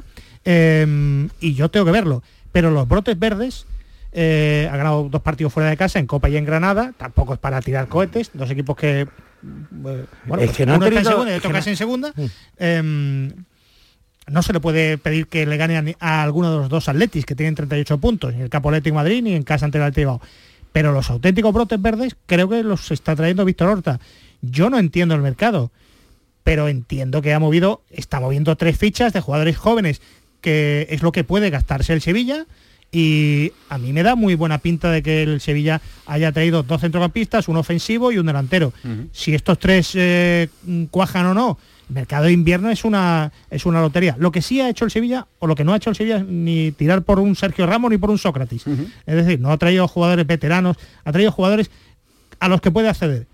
eh, y yo tengo que verlo. Pero los brotes verdes... Eh, ha ganado dos partidos fuera de casa, en Copa y en Granada, tampoco es para tirar cohetes, dos equipos que, eh, bueno, es pues que no uno está en tenido, segunda y otro casi no... en segunda, mm. eh, no se le puede pedir que le gane a, a alguno de los dos Atletis, que tienen treinta y ocho puntos, ni el Campo Atlético Madrid, ni en casa ante el Athletic, pero los auténticos brotes verdes creo que los está trayendo Víctor Horta. Yo no entiendo el mercado. pero entiendo que ha movido, está moviendo tres fichas de jugadores jóvenes, que es lo que puede gastarse el Sevilla, y a mí me da muy buena pinta de que el Sevilla haya traído dos centrocampistas, un ofensivo y un delantero. Uh-huh. Si estos tres eh, cuajan o no, el mercado de invierno es una, es una lotería. Lo que sí ha hecho el Sevilla, o lo que no ha hecho el Sevilla, es ni tirar por un Sergio Ramos ni por un Sócrates. Uh-huh. Es decir, no ha traído jugadores veteranos, ha traído jugadores a los que puede acceder.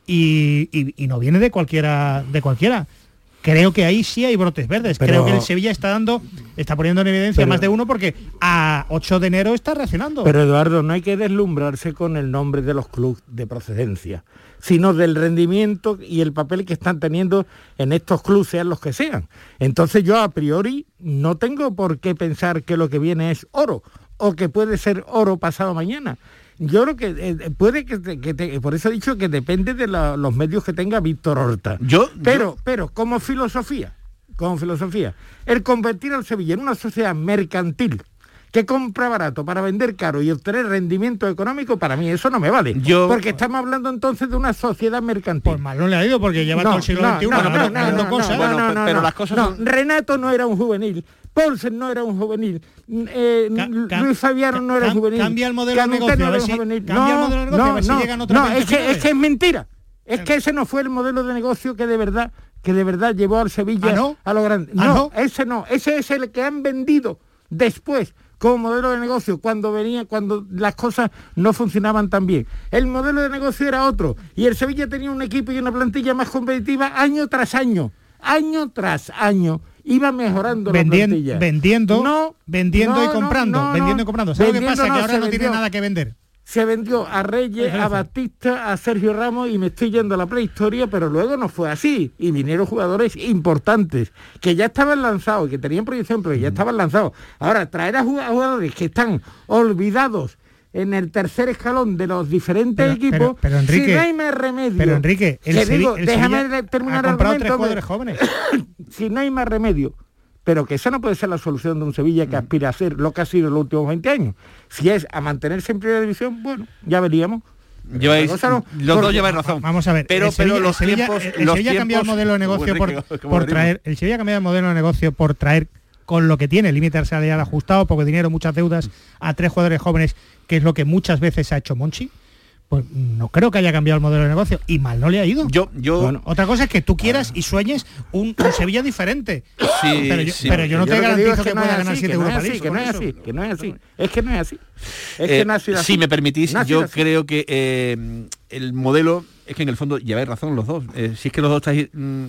Y, y, y no viene de cualquiera, de cualquiera. Creo que ahí sí hay brotes verdes. Pero, creo que el Sevilla está dando, está poniendo en evidencia pero, más de uno, porque a ocho de enero está reaccionando. Pero Eduardo, no hay que deslumbrarse con el nombre de los clubes de procedencia, sino del rendimiento y el papel que están teniendo en estos clubes, sean los que sean. Entonces yo a priori no tengo por qué pensar que lo que viene es oro, o que puede ser oro pasado mañana. Yo creo que eh, puede que, te, que te, por eso he dicho que depende de la, los medios que tenga Víctor Horta. Yo, pero, yo... pero como filosofía, como filosofía, el convertir al Sevilla en una sociedad mercantil que compra barato para vender caro y obtener rendimiento económico, para mí eso no me vale. Yo... Porque estamos hablando entonces de una sociedad mercantil. Pues mal no le ha ido, porque lleva no, todo el siglo no, veintiuno no, no, no, no, cosas. No, no, no, no, pero no, las cosas no, son... Renato no era un juvenil. Paulsen no era un juvenil, eh, Ca- Luis Fabiano no era un juvenil. Cambia el modelo de negocio, no a ver era si, un juvenil. cambia No, el modelo de negocio, no, a ver si no, llegan otros no, veinte es que, finales. es que es mentira. Es que ese no fue el modelo de negocio que de verdad, que de verdad llevó al Sevilla ¿Ah, no? a lo grande. ¿Ah, no, no? ese no, ese es el que han vendido después como modelo de negocio, cuando venía, cuando las cosas no funcionaban tan bien. El modelo de negocio era otro, y el Sevilla tenía un equipo y una plantilla más competitiva año tras año, año tras año. Iba mejorando Vendien, la plantilla. Vendiendo, no, vendiendo no, y comprando, no, no, vendiendo y comprando. ¿Sabes lo que pasa? no, que ahora no vendió. tiene nada que vender. Se vendió a Reyes, a Batista, a Sergio Ramos, y me estoy yendo a la prehistoria, pero luego no fue así. Y vinieron jugadores importantes, que ya estaban lanzados, que tenían proyección, pero ya estaban lanzados. Ahora, traer a jugadores que están olvidados en el tercer escalón de los diferentes pero, equipos, pero, pero Enrique, si no hay más remedio. Pero Enrique, el, Sevi digo, el déjame Sevilla terminar ha comprado el tres argumento, jugadores jóvenes. Si no hay más remedio, pero que esa no puede ser la solución de un Sevilla que aspira a ser lo que ha sido en los últimos veinte años. Si es a mantenerse en primera división, bueno, ya veríamos. Lleváis, no, los por, dos lleváis razón. Vamos a ver, pero, el Sevilla, pero los el Sevilla, tiempos, el los Sevilla ha cambiado el modelo de negocio por, por traer, el Sevilla ha cambiado el modelo de negocio por traer, con lo que tiene, límite salarial ajustado, poco dinero, muchas deudas, a tres jugadores jóvenes, que es lo que muchas veces ha hecho Monchi. Pues no creo que haya cambiado el modelo de negocio, y mal no le ha ido. Yo, yo... Bueno, otra cosa es que tú quieras y sueñes un, un Sevilla diferente. Sí, pero, yo, sí. pero yo no yo te garantizo que, que, que no pueda así, ganar siete no Europa League. Que no es así, que no es así. Es que no es así. Es eh, que no ha sido así. Si me permitís, no yo así. creo que eh, el modelo, es que en el fondo lleváis razón los dos. Eh, si es que los dos estáis mm,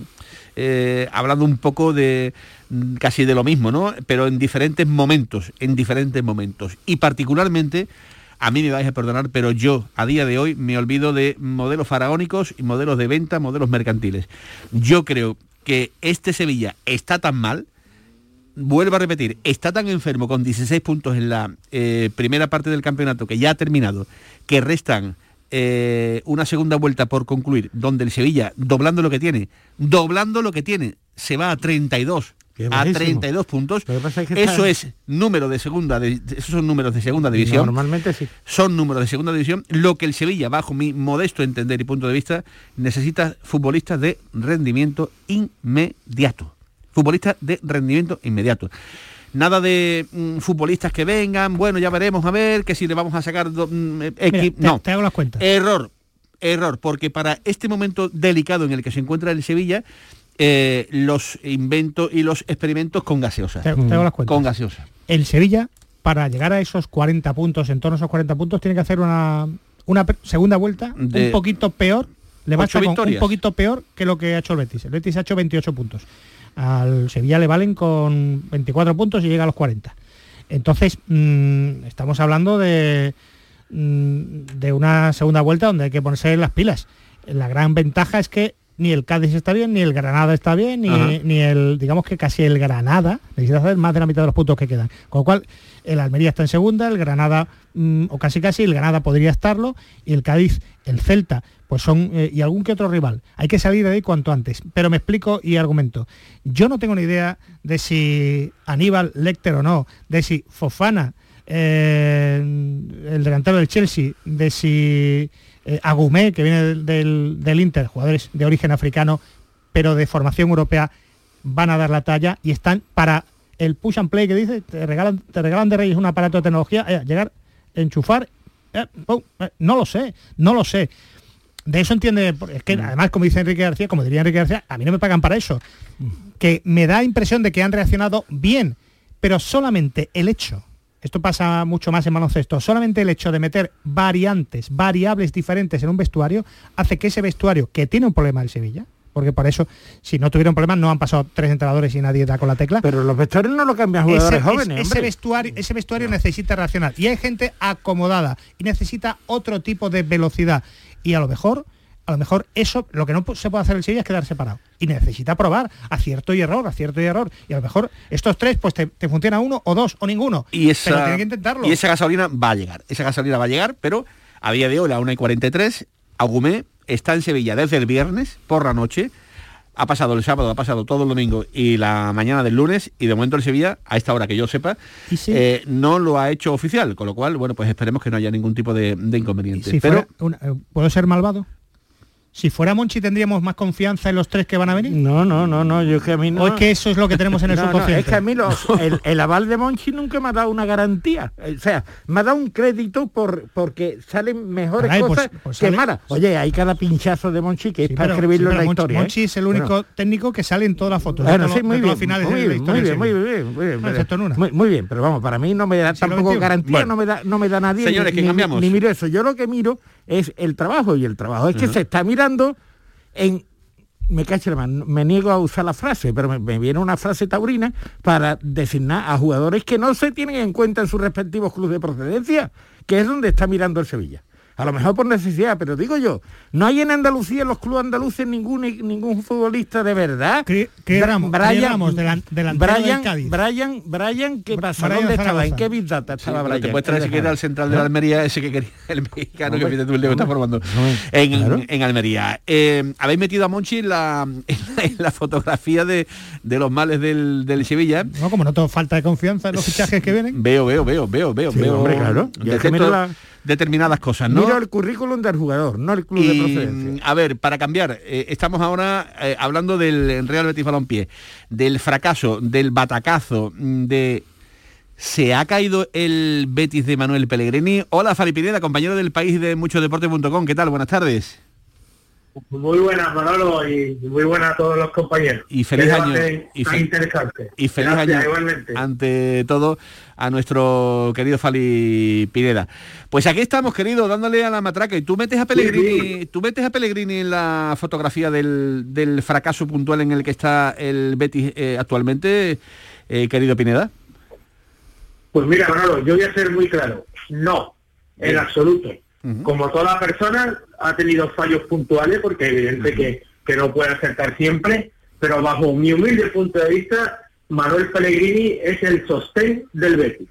eh, hablando un poco de mm, casi de lo mismo, ¿no? Pero en diferentes momentos, en diferentes momentos. Y particularmente, a mí me vais a perdonar, pero yo a día de hoy me olvido de modelos faraónicos y modelos de venta, modelos mercantiles. Yo creo que este Sevilla está tan mal, vuelvo a repetir, está tan enfermo con dieciséis puntos en la eh, primera parte del campeonato, que ya ha terminado, que restan eh, una segunda vuelta por concluir, donde el Sevilla, doblando lo que tiene, doblando lo que tiene, se va a treinta y dos. A treinta y dos puntos. Es que eso está... es número de segunda de, esos son números de segunda división. Normalmente sí. Son números de segunda división. Lo que el Sevilla, bajo mi modesto entender y punto de vista, necesita futbolistas de rendimiento inmediato. Futbolistas de rendimiento inmediato. Nada de mm, futbolistas que vengan, bueno, ya veremos a ver, que si le vamos a sacar do, mm, X. Mira, te, no. te hago las cuentas. Error. Error, porque para este momento delicado en el que se encuentra el Sevilla, Eh, los inventos y los experimentos con gaseosas. Te, te hago las cuentas. Con gaseosas. El Sevilla, para llegar a esos cuarenta puntos, en torno a esos cuarenta puntos, tiene que hacer una, una segunda vuelta de un poquito peor, le basta con victorias. un poquito peor que lo que ha hecho el Betis. El Betis ha hecho veintiocho puntos. Al Sevilla le valen con veinticuatro puntos y llega a los cuarenta. Entonces, mmm, estamos hablando de, mmm, de una segunda vuelta donde hay que ponerse las pilas. La gran ventaja es que ni el Cádiz está bien, ni el Granada está bien, ni, ni el, digamos que casi el Granada necesita hacer más de la mitad de los puntos que quedan. Con lo cual, el Almería está en segunda, el Granada, mmm, o casi casi, el Granada podría estarlo, y el Cádiz, el Celta, pues son, eh, y algún que otro rival. Hay que salir de ahí cuanto antes. Pero me explico y argumento. Yo no tengo ni idea de si Aníbal Lecter o no, de si Fofana, eh, el delantero del Chelsea, de si... Eh, Agumé, que viene del, del, del Inter, jugadores de origen africano, pero de formación europea van a dar la talla y están para el push and play que dice, te regalan, te regalan de Reyes un aparato de tecnología, eh, llegar, enchufar, eh, pum, eh, no lo sé, no lo sé. De eso entiende, es que además, como dice Enrique García, como diría Enrique García, a mí no me pagan para eso. Que me da impresión de que han reaccionado bien, pero solamente el hecho, esto pasa mucho más en baloncesto, solamente el hecho de meter variantes, variables diferentes en un vestuario, hace que ese vestuario, que tiene un problema el Sevilla, porque por eso, si no tuvieron problemas, no han pasado tres entrenadores y nadie da con la tecla. Pero los vestuarios no lo cambian jugadores ese, jóvenes, ese, ese vestuario, ese vestuario no. necesita reaccionar. Y hay gente acomodada y necesita otro tipo de velocidad. Y a lo mejor, a lo mejor eso, lo que no se puede hacer el Sevilla es quedar separado. Y necesita probar acierto y error, acierto y error. Y a lo mejor estos tres, pues te, te funciona uno o dos o ninguno. Y esa, pero tiene que intentarlo. Y esa gasolina va a llegar. Esa gasolina va a llegar, pero a día de hoy, a la una y cuarenta y tres, Agumé está en Sevilla desde el viernes por la noche. Ha pasado el sábado, ha pasado todo el domingo y la mañana del lunes, y de momento el Sevilla, a esta hora que yo sepa, sí? eh, no lo ha hecho oficial, con lo cual, bueno, pues esperemos que no haya ningún tipo de, de inconveniente. Si Pero una, ¿puedo ser malvado? Si fuera Monchi, ¿tendríamos más confianza en los tres que van a venir? No, no, no, no, yo es que a mí no... ¿O es que eso es lo que tenemos en el no, subconsciente? No, es que a mí los, el, el aval de Monchi nunca me ha dado una garantía. O sea, me ha dado un crédito por porque salen mejores Caray, cosas pues, pues que sale... malas. Oye, hay cada pinchazo de Monchi que sí, es para pero, escribirlo sí, en la Monchi, historia. Monchi ¿eh? es el único bueno. técnico que sale en todas las fotos. Bueno, de sí, muy de bien, finales muy, de la bien, historia muy bien, muy bien, muy bien, muy bien. Muy, muy bien, pero vamos, para mí no me da tampoco garantía, bueno. no me da no me da nadie. Señores, ni, que cambiamos. Ni, ni miro eso. Yo lo que miro es el trabajo, y el trabajo es que uh-huh. se está mirando en... me cacho la mano, me niego a usar la frase, pero me, me viene una frase taurina para designar a jugadores que no se tienen en cuenta en sus respectivos clubes de procedencia, que es donde está mirando el Sevilla. A lo mejor por necesidad, pero digo yo, no hay en Andalucía, en los clubes andaluces, ningún ningún futbolista de verdad. ¿Qué, qué éramos? Brian, delan, Brian, Brian, Brian, ¿qué pasa? Brian ¿Dónde Zaragoza. estaba? ¿En qué Big Data estaba sí, Brian? Te puedes traer si quieres al central de la Almería, ese que quería el mexicano, no, que fíjate tú el Diego está formando no, en, claro. en Almería. Eh, Habéis metido a Monchi en la, en la, en la fotografía de, de los males del, del Sevilla. No, como no tengo falta de confianza en los fichajes que vienen. Veo, veo, veo, veo, veo, sí, veo. Hombre, claro. La... determinadas cosas, ¿no? Mira el currículum del jugador, no el club y, de procedencia. A ver, para cambiar, eh, estamos ahora eh, hablando del Real Betis Balompié, del fracaso, del batacazo, de... ¿Se ha caído el Betis de Manuel Pellegrini? Hola, Fali Pineda, compañero del País de mucho deporte punto com. ¿Qué tal? Buenas tardes. Muy buenas, Manolo, y muy buenas a todos los compañeros. Y feliz año. Y, fe interesante. y feliz Gracias, año, igualmente. ante todo, a nuestro querido Fali Pineda. Pues aquí estamos, querido, dándole a la matraca. Y tú metes a Pellegrini, sí, sí. tú metes a Pellegrini en la fotografía del, del fracaso puntual en el que está el Betis eh, actualmente, eh, querido Pineda. Pues mira, Manolo, yo voy a ser muy claro. No, en Bien. absoluto. Uh-huh. Como toda persona ha tenido fallos puntuales, porque es evidente uh-huh. que, que no puede acertar siempre, pero bajo mi humilde punto de vista, Manuel Pellegrini es el sostén del Betis.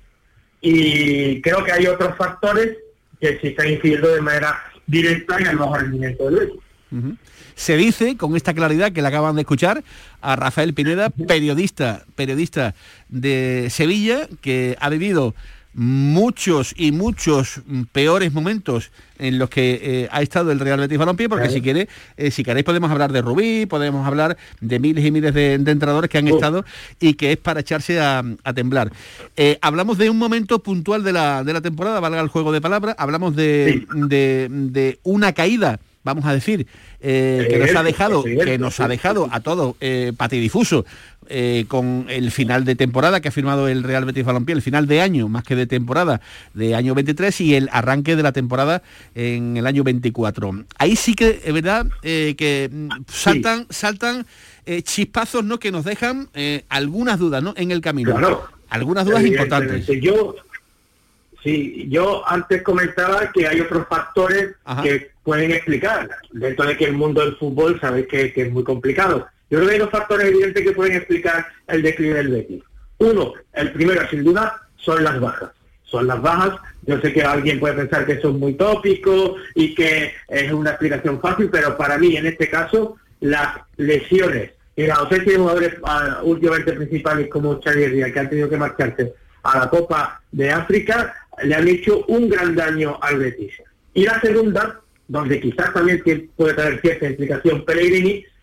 Y creo que hay otros factores que se están incidiendo de manera directa en el bajo rendimiento del Betis. Uh-huh. Se dice, con esta claridad que le acaban de escuchar, a Rafael Pineda, periodista, periodista de Sevilla, que ha vivido muchos y muchos peores momentos en los que eh, ha estado el Real Betis Balompié, porque claro. si quiere, eh, si queréis podemos hablar de Rubí, podemos hablar de miles y miles de, de entrenadores que han uh. estado y que es para echarse a, a temblar. Eh, hablamos de un momento puntual de la, de la temporada, valga el juego de palabras, hablamos de, sí. de, de una caída, vamos a decir, eh, que nos ha dejado, que nos ha dejado a todos eh, patidifuso eh, con el final de temporada que ha firmado el Real Betis Balompié, el final de año, más que de temporada, de año veintitrés, y el arranque de la temporada en el año veinticuatro. Ahí sí que es verdad eh, que saltan, sí. saltan eh, chispazos, ¿no?, que nos dejan eh, algunas dudas, ¿no?, en el camino. Claro. Algunas dudas importantes. Yo, sí, yo antes comentaba que hay otros factores Ajá. que pueden explicar, dentro de que el mundo del fútbol sabéis que, que es muy complicado. Yo creo que hay dos factores evidentes que pueden explicar el declive del Betis. Uno, el primero sin duda, son las bajas. Son las bajas. Yo sé que alguien puede pensar que eso es muy tópico y que es una explicación fácil, pero para mí, en este caso, las lesiones y la ausencia de jugadores uh, últimamente principales como Xavier Díaz, que han tenido que marcharse a la Copa de África, le han hecho un gran daño al Betis. Y la segunda, donde quizás también puede tener cierta implicación Pellegrini,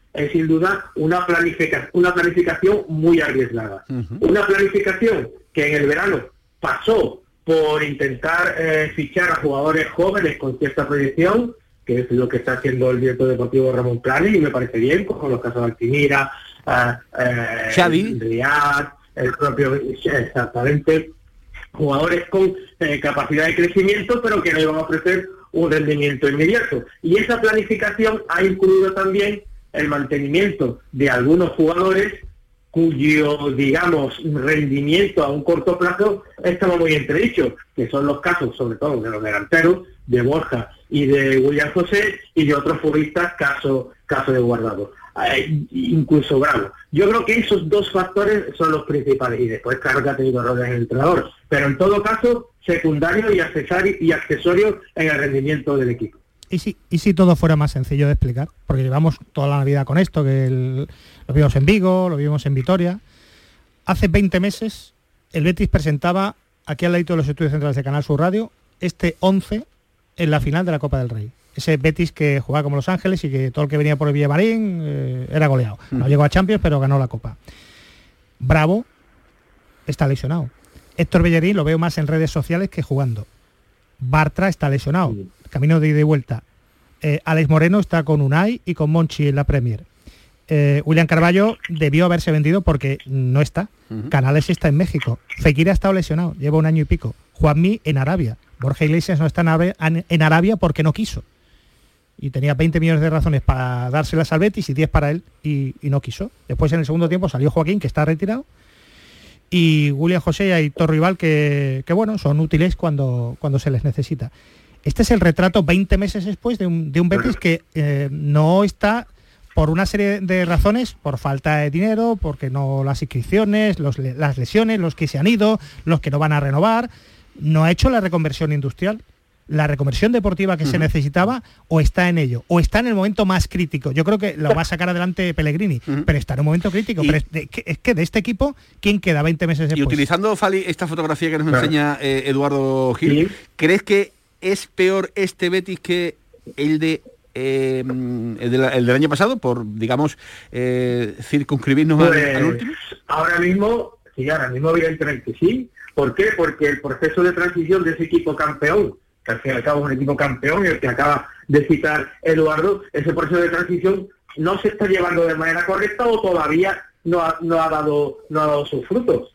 es sin duda una planificación, una planificación muy arriesgada. Uh-huh. Una planificación que en el verano pasó por intentar eh, fichar a jugadores jóvenes con cierta proyección, que es lo que está haciendo el director deportivo Ramón Planes, y me parece bien, con los casos de Altimira, uh, eh, Xavi, Riyad, el propio, exactamente, jugadores con eh, capacidad de crecimiento, pero que no iban a ofrecer un rendimiento inmediato. Y esa planificación ha incluido también el mantenimiento de algunos jugadores cuyo, digamos, rendimiento a un corto plazo estaba muy entredicho, que son los casos, sobre todo, de los delanteros, de Borja y de William José, y de otros futbolistas, caso, caso de Guardado, eh, incluso Bravo. Yo creo que esos dos factores son los principales, y después, claro, que ha tenido errores en el entrenador, pero en todo caso, secundario y accesorio, y accesorio en el rendimiento del equipo. ¿Y si, ¿Y si todo fuera más sencillo de explicar? Porque llevamos toda la Navidad con esto, que el, lo vimos en Vigo, lo vimos en Vitoria. Hace veinte meses el Betis presentaba, aquí al ladito de los estudios centrales de Canal Sur Radio, este once en la final de la Copa del Rey. Ese Betis que jugaba como Los Ángeles y que todo el que venía por el Villamarín eh, era goleado. No mm. llegó a Champions, pero ganó la Copa. Bravo está lesionado. Héctor Bellerín lo veo más en redes sociales que jugando. Bartra está lesionado. Mm. Camino de ida y vuelta. Eh, Alex Moreno está con Unai y con Monchi en la Premier. Eh, William Carballo debió haberse vendido porque no está. Uh-huh. Canales está en México. Fekir ha estado lesionado, lleva un año y pico. Juanmi en Arabia. Borja Iglesias no está en Arabia, en Arabia porque no quiso. Y tenía veinte millones de razones para dárselas al Betis y diez para él y, y no quiso. Después en el segundo tiempo salió Joaquín, que está retirado, y William José y Aitor Rival, que, que bueno, son útiles cuando, cuando se les necesita. Este es el retrato veinte meses después de un, de un Betis que eh, no está, por una serie de razones, por falta de dinero, porque no las inscripciones, los, las lesiones, los que se han ido, los que no van a renovar, no ha hecho la reconversión industrial, la reconversión deportiva que uh-huh. se necesitaba, o está en ello, o está en el momento más crítico. Yo creo que lo va a sacar adelante Pellegrini, uh-huh. pero está en un momento crítico. Y pero es, de, es que de este equipo, ¿quién queda veinte meses después? Y utilizando, Fali, esta fotografía que nos claro. enseña eh, Eduardo Gil, ¿sí? ¿crees que es peor este Betis que el de eh, el, de la, el del año pasado, por, digamos, eh, circunscribirnos pues, al, al último? Ahora mismo, sí, ahora mismo evidentemente sí. ¿Por qué? Porque el proceso de transición de ese equipo campeón, que al fin y al cabo es un equipo campeón, el que acaba de citar Eduardo, ese proceso de transición no se está llevando de manera correcta o todavía no ha, no ha, dado, no ha dado sus frutos.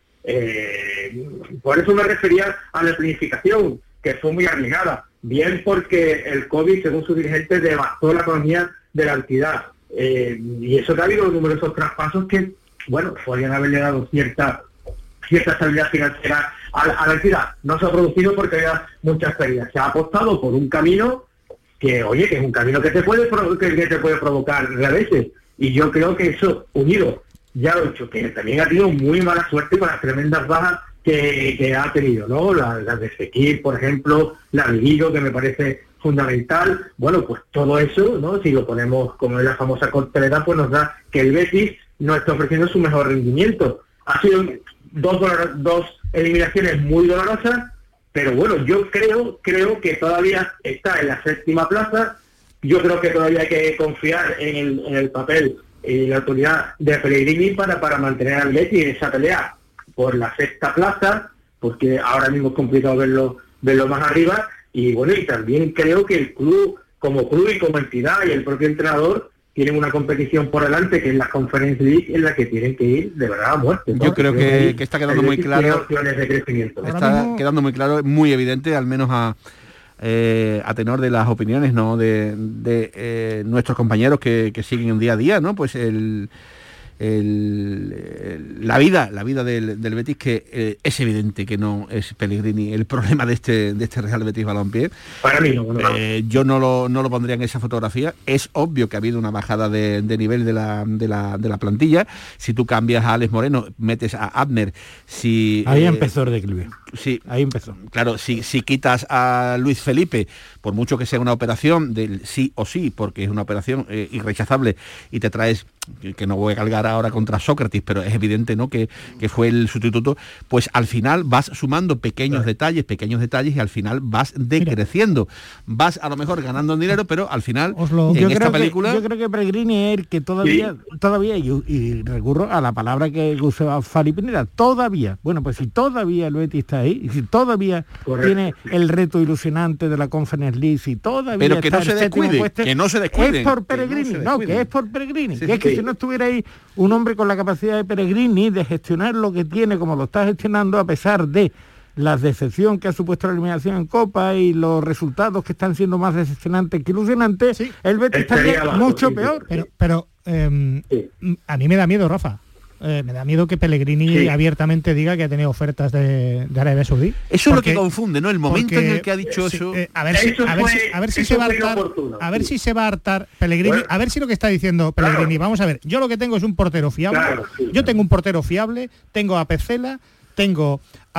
Eh, por eso me refería a la planificación, que fue muy arriesgada, bien porque el COVID, según sus dirigentes, devastó la economía de la entidad. Eh, y eso que ha habido numerosos traspasos que, bueno, podrían haberle dado cierta cierta estabilidad financiera a la, a la entidad. No se ha producido porque había muchas pérdidas. Se ha apostado por un camino que, oye, que es un camino que te puede, que, que te puede provocar reveses. Y yo creo que eso, unido, ya lo he dicho, que también ha tenido muy mala suerte con las tremendas bajas Que, que ha tenido, ¿no? Las la de Fekir, por ejemplo, la de Guido, que me parece fundamental. Bueno, pues todo eso, ¿no? Si lo ponemos como es la famosa coctelera, pues nos da que el Betis no está ofreciendo su mejor rendimiento. Ha sido dos, dos eliminaciones muy dolorosas, pero bueno, yo creo, creo que todavía está en la séptima plaza. Yo creo que todavía hay que confiar en el, en el papel y la autoridad de Pellegrini para, para mantener al Betis en esa pelea por la sexta plaza, porque ahora mismo es complicado verlo, verlo más arriba, y bueno, y también creo que el club, como club y como entidad, y el propio entrenador, tienen una competición por delante, que es la Conference League, en la que tienen que ir de verdad a muerte, ¿no? Yo creo que, que, que está quedando muy claro, de crecimiento. Está mismo... quedando muy claro, muy evidente, al menos a, eh, a tenor de las opiniones, ¿no?, de, de eh, nuestros compañeros que, que siguen día a día, ¿no? Pues el... El, el, la vida la vida del, del Betis, que eh, es evidente que no es Pellegrini el problema de este de este Real Betis Balompié. Para mí no, bueno, eh, yo no lo, no lo pondría en esa fotografía. Es obvio que ha habido una bajada de, de nivel de la, de, la, de la plantilla. Si tú cambias a Alex Moreno, metes a Abner, si ahí eh, empezó el declive. Sí, ahí empezó. Claro, si, si quitas a Luis Felipe, por mucho que sea una operación del sí o sí, porque es una operación eh, irrechazable, y te traes que, que no voy a cargar ahora contra Sócrates, pero es evidente, ¿no?, que, que fue el sustituto, pues al final vas sumando pequeños claro. detalles, pequeños detalles y al final vas decreciendo. Mira. Vas a lo mejor ganando dinero, pero al final lo... en yo esta creo película... Que, yo creo que Pellegrini es el que todavía, sí. todavía y, y recurro a la palabra que usaba Fari Pineda, todavía, bueno, pues si todavía el Betis está ahí, y si todavía Correcto. tiene el reto ilusionante de la Conference League, si todavía pero que está no se descuide, puesto, que no se descuide. Es por Pellegrini, no, no, que es por Pellegrini, sí, que es que sí. si no estuviera ahí un hombre con la capacidad de Pellegrini de gestionar lo que tiene como lo está gestionando, a pesar de la decepción que ha supuesto la eliminación en Copa y los resultados que están siendo más decepcionantes que ilusionantes, sí. el Betis estaría mucho sí, peor. Pero, pero eh, sí. a mí me da miedo, Rafa. Eh, me da miedo que Pellegrini sí. abiertamente diga que ha tenido ofertas de, de Arabia Saudí. Eso porque, es lo que confunde, ¿no? El momento porque, en el que ha dicho sí, eso. Eh, a ver si, a ver si, a ver si se va a hartar, oportuno, a ver sí. si se va a hartar Pellegrini, bueno, a ver si lo que está diciendo Pellegrini, claro. vamos a ver, yo lo que tengo es un portero fiable, claro, sí, yo claro. tengo un portero fiable, tengo a Pecela, tengo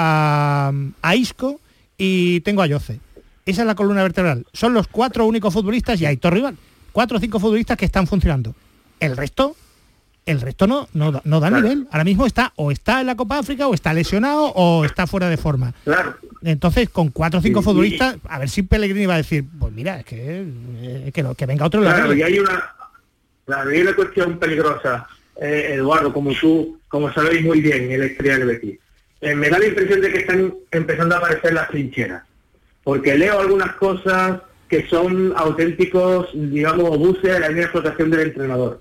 a, a Isco y tengo a Yoce. Esa es la columna vertebral. Son los cuatro únicos futbolistas y Aitor Rival. Cuatro o cinco futbolistas que están funcionando. El resto... El resto no, no, no da claro. nivel. Ahora mismo está o está en la Copa África o está lesionado o está fuera de forma. Claro. Entonces, con cuatro o cinco sí, futbolistas, sí. a ver si Pellegrini va a decir, pues mira, es que, es que, no, que venga otro. Claro, y hay una, claro, hay una cuestión peligrosa, eh, Eduardo, como tú, como sabéis muy bien, en la historia del Betis. Eh, me da la impresión de que están empezando a aparecer las trincheras, porque leo algunas cosas que son auténticos, digamos, obuses de la línea de flotación del entrenador.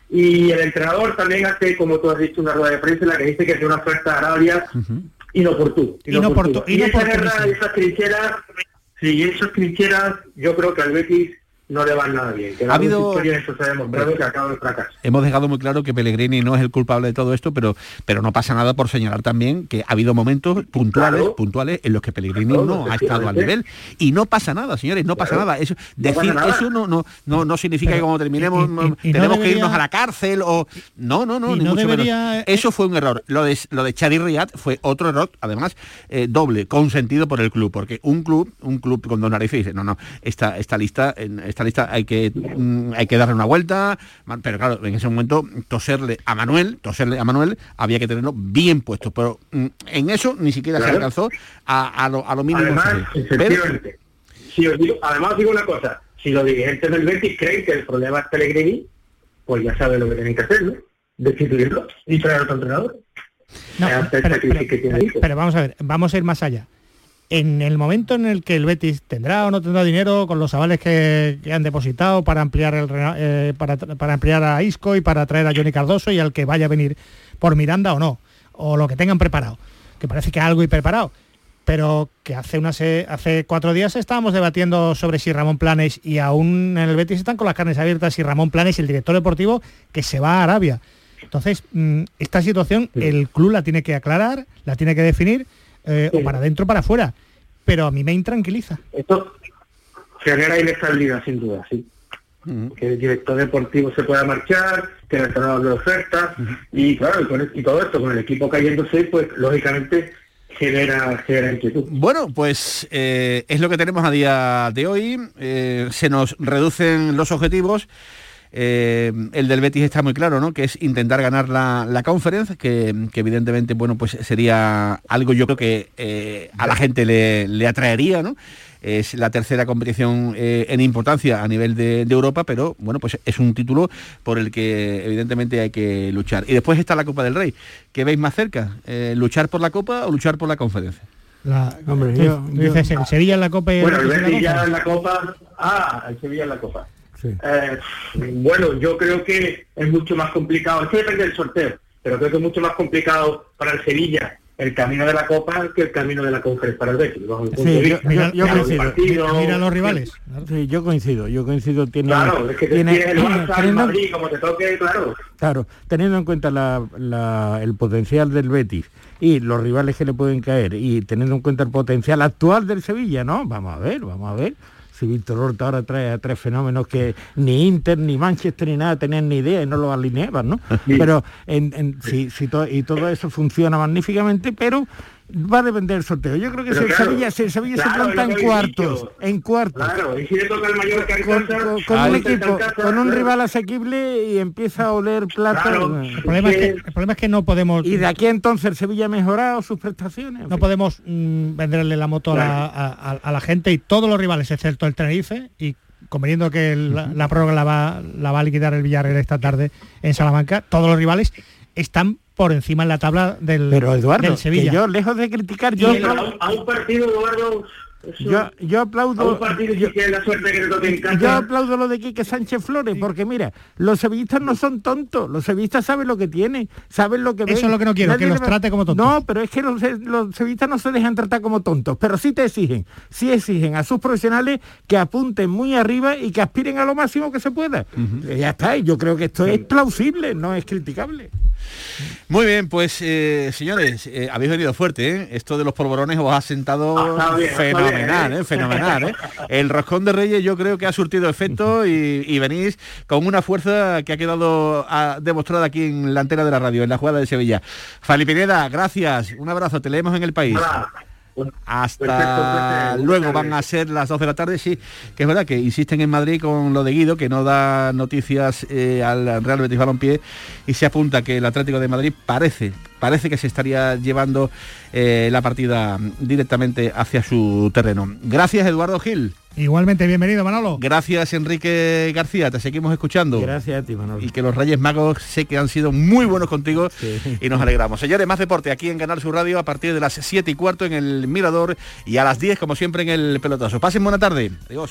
Y el entrenador también hace, como tú has dicho, una rueda de prensa en la que dice que es una oferta a Arabia uh-huh. inoportuna. Inoportuna. Y esa guerra, esas trincheras, sí, esas trincheras, yo creo que al Betis no le van nada bien. Que ha habido... Eso se ha demostrado que acaba el fracaso. Hemos dejado muy claro que Pellegrini no es el culpable de todo esto, pero pero no pasa nada por señalar también que ha habido momentos puntuales claro. puntuales en los que Pellegrini claro, no ha estado al nivel. Y no pasa nada, señores, no pasa claro. nada. Eso, no decir nada. Eso no no no, no significa pero, que cuando terminemos y, y, y tenemos no debería... que irnos a la cárcel o... No, no, no, ni no mucho debería... menos. Eso fue un error. Lo de, lo de Chadi Riyad fue otro error, además, eh, doble, consentido por el club, porque un club, un club con dos narices dice, no, no, esta, esta lista, en esta lista hay que hay que darle una vuelta, pero claro, en ese momento toserle a Manuel, toserle a Manuel había que tenerlo bien puesto, pero en eso ni siquiera claro. se alcanzó a, a, lo, a lo mínimo. Además, efectivamente, pero... si os digo, además digo una cosa, si los dirigentes del Betis creen que el problema es Pellegrini, pues ya saben lo que tienen que hacer, ¿no? Destituirlo y traer a otro entrenador. No, pero, pero, pero, pero vamos a ver, vamos a ir más allá. En el momento en el que el Betis tendrá o no tendrá dinero con los avales que, que han depositado para ampliar el eh, para, para ampliar a Isco y para traer a Johnny Cardoso y al que vaya a venir por Miranda o no, o lo que tengan preparado, que parece que algo hay preparado, pero que hace unas hace cuatro días estábamos debatiendo sobre si Ramón Planes, y aún en el Betis están con las carnes abiertas, si Ramón Planes, el director deportivo, que se va a Arabia. Entonces, esta situación el club la tiene que aclarar, la tiene que definir, Eh, sí. o para adentro o para afuera, pero a mí me intranquiliza. Esto genera inestabilidad, sin duda, sí. Uh-huh. Que el director deportivo se pueda marchar, que el entrenador de ofertas, uh-huh. y claro, y, con el, y todo esto, con el equipo cayéndose, pues lógicamente genera, genera inquietud. Bueno, pues eh, es lo que tenemos a día de hoy. Eh, se nos reducen los objetivos. Eh, el del Betis está muy claro, ¿no? Que es intentar ganar la, la Conference, que, que evidentemente, bueno, pues sería algo, yo creo que eh, a la gente le, le atraería, ¿no? Es la tercera competición eh, en importancia a nivel de, de Europa, pero bueno, pues es un título por el que evidentemente hay que luchar. Y después está la Copa del Rey. ¿Qué veis más cerca? Eh, ¿Luchar por la Copa o luchar por la Conferencia? La, hombre, yo, yo, dices, el Sevilla en la Copa y bueno, el Betis ya en la Copa. Ah, el Sevilla en la Copa. Sí. Eh, bueno, yo creo que es mucho más complicado, es que depende del sorteo, pero creo que es mucho más complicado para el Sevilla el camino de la Copa que el camino de la Conferencia para el Betis. Sí, yo, yo, yo coincido. Partido, mira los rivales. Sí, yo coincido, yo coincido. Tiene, claro, es que te tiene, el Barça, el Madrid, como te toque, claro. Claro, teniendo en cuenta la, la, el potencial del Betis y los rivales que le pueden caer y teniendo en cuenta el potencial actual del Sevilla, ¿no? Vamos a ver, vamos a ver. Si Víctor Horta ahora trae a tres fenómenos que ni Inter, ni Manchester, ni nada tenían ni idea y no los alineaban, ¿no? Sí. Pero en, en, si, si to, y todo eso funciona magníficamente, pero va a depender del sorteo. Yo creo que si el claro, Sevilla, si el Sevilla claro, se planta en cuartos, dicho. en cuartos. Claro, y si le toca el Mallorca en con, casa, con, con un equipo, casa, con un claro. rival asequible y empieza a oler plata. Claro, el, problema es que, el problema es que no podemos... Y de aquí a entonces el Sevilla ha mejorado sus prestaciones. No podemos mmm, venderle la moto claro. a, la, a, a la gente y todos los rivales, excepto el Tenerife, y conveniendo que el, la, la prórroga la va, la va a liquidar el Villarreal esta tarde en Salamanca, todos los rivales están por encima en la tabla del, Pero Eduardo, del Sevilla. Que yo, lejos de criticar, yo... A un, a un partido, Eduardo... Eso, yo, yo aplaudo yo, que la suerte que le en casa. yo aplaudo lo de Quique Sánchez Flores, porque mira, los sevillistas no son tontos, los sevillistas saben lo que tienen, saben lo que ven. Eso es lo que no quiero, Nadie que los va... trate como tontos. No, pero es que los, los sevillistas no se dejan tratar como tontos, pero sí te exigen, sí exigen a sus profesionales que apunten muy arriba y que aspiren a lo máximo que se pueda. Uh-huh. Y ya está, y yo creo que esto sí. es plausible, no es criticable. Muy bien, pues eh, señores, eh, habéis venido fuerte, ¿eh? Esto de los polvorones os ha sentado ah, bien, fenomenal, bien, ¿eh? Fenomenal, ¿eh? El roscón de Reyes yo creo que ha surtido efecto y, y venís con una fuerza que ha quedado a, demostrada aquí en la antena de la radio, en la jugada de Sevilla. Fali Pineda, gracias, un abrazo, te leemos en El País. Hola. Hasta perfecto, luego van a ser las dos de la tarde, sí, que es verdad que insisten en Madrid con lo de Guido, que no da noticias eh, al Real Betis Balompié, y se apunta que el Atlético de Madrid parece, parece que se estaría llevando eh, la partida directamente hacia su terreno. Gracias, Eduardo Gil. Igualmente, bienvenido, Manolo. Gracias, Enrique García, te seguimos escuchando. Gracias a ti, Manolo. Y que los Reyes Magos sé que han sido muy buenos contigo, sí. Y nos alegramos. Señores, más deporte aquí en Canal Sur Radio a partir de las siete y cuarto en el Mirador y a las diez, como siempre, en el Pelotazo. Pasen buena tarde. Adiós.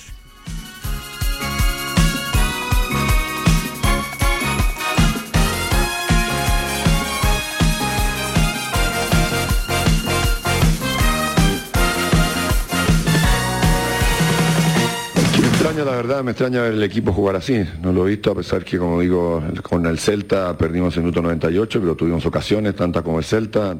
La verdad me extraña ver el equipo jugar así, no lo he visto, a pesar que, como digo, con el Celta perdimos el minuto noventa y ocho, pero tuvimos ocasiones, tantas como el Celta.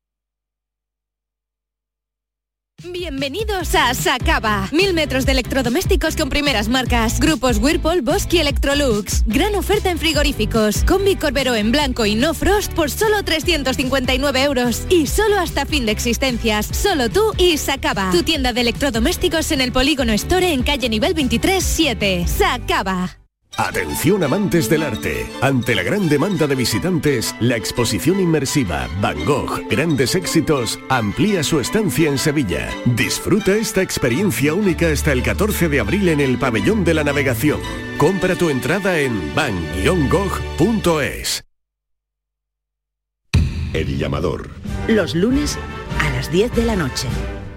Bienvenidos a Sacaba. Mil metros de electrodomésticos con primeras marcas. Grupos Whirlpool, Bosch y Electrolux. Gran oferta en frigoríficos. Combi Corberó en blanco y no frost por solo trescientos cincuenta y nueve euros. Y solo hasta fin de existencias. Solo tú y Sacaba. Tu tienda de electrodomésticos en el Polígono Store en calle nivel veintitrés siete. Sacaba. Atención amantes del arte. Ante la gran demanda de visitantes, la exposición inmersiva Van Gogh, Grandes Éxitos, amplía su estancia en Sevilla. Disfruta esta experiencia única hasta el catorce de abril en el Pabellón de la Navegación. Compra tu entrada en van guion gogh punto es. El llamador. Los lunes a las diez de la noche.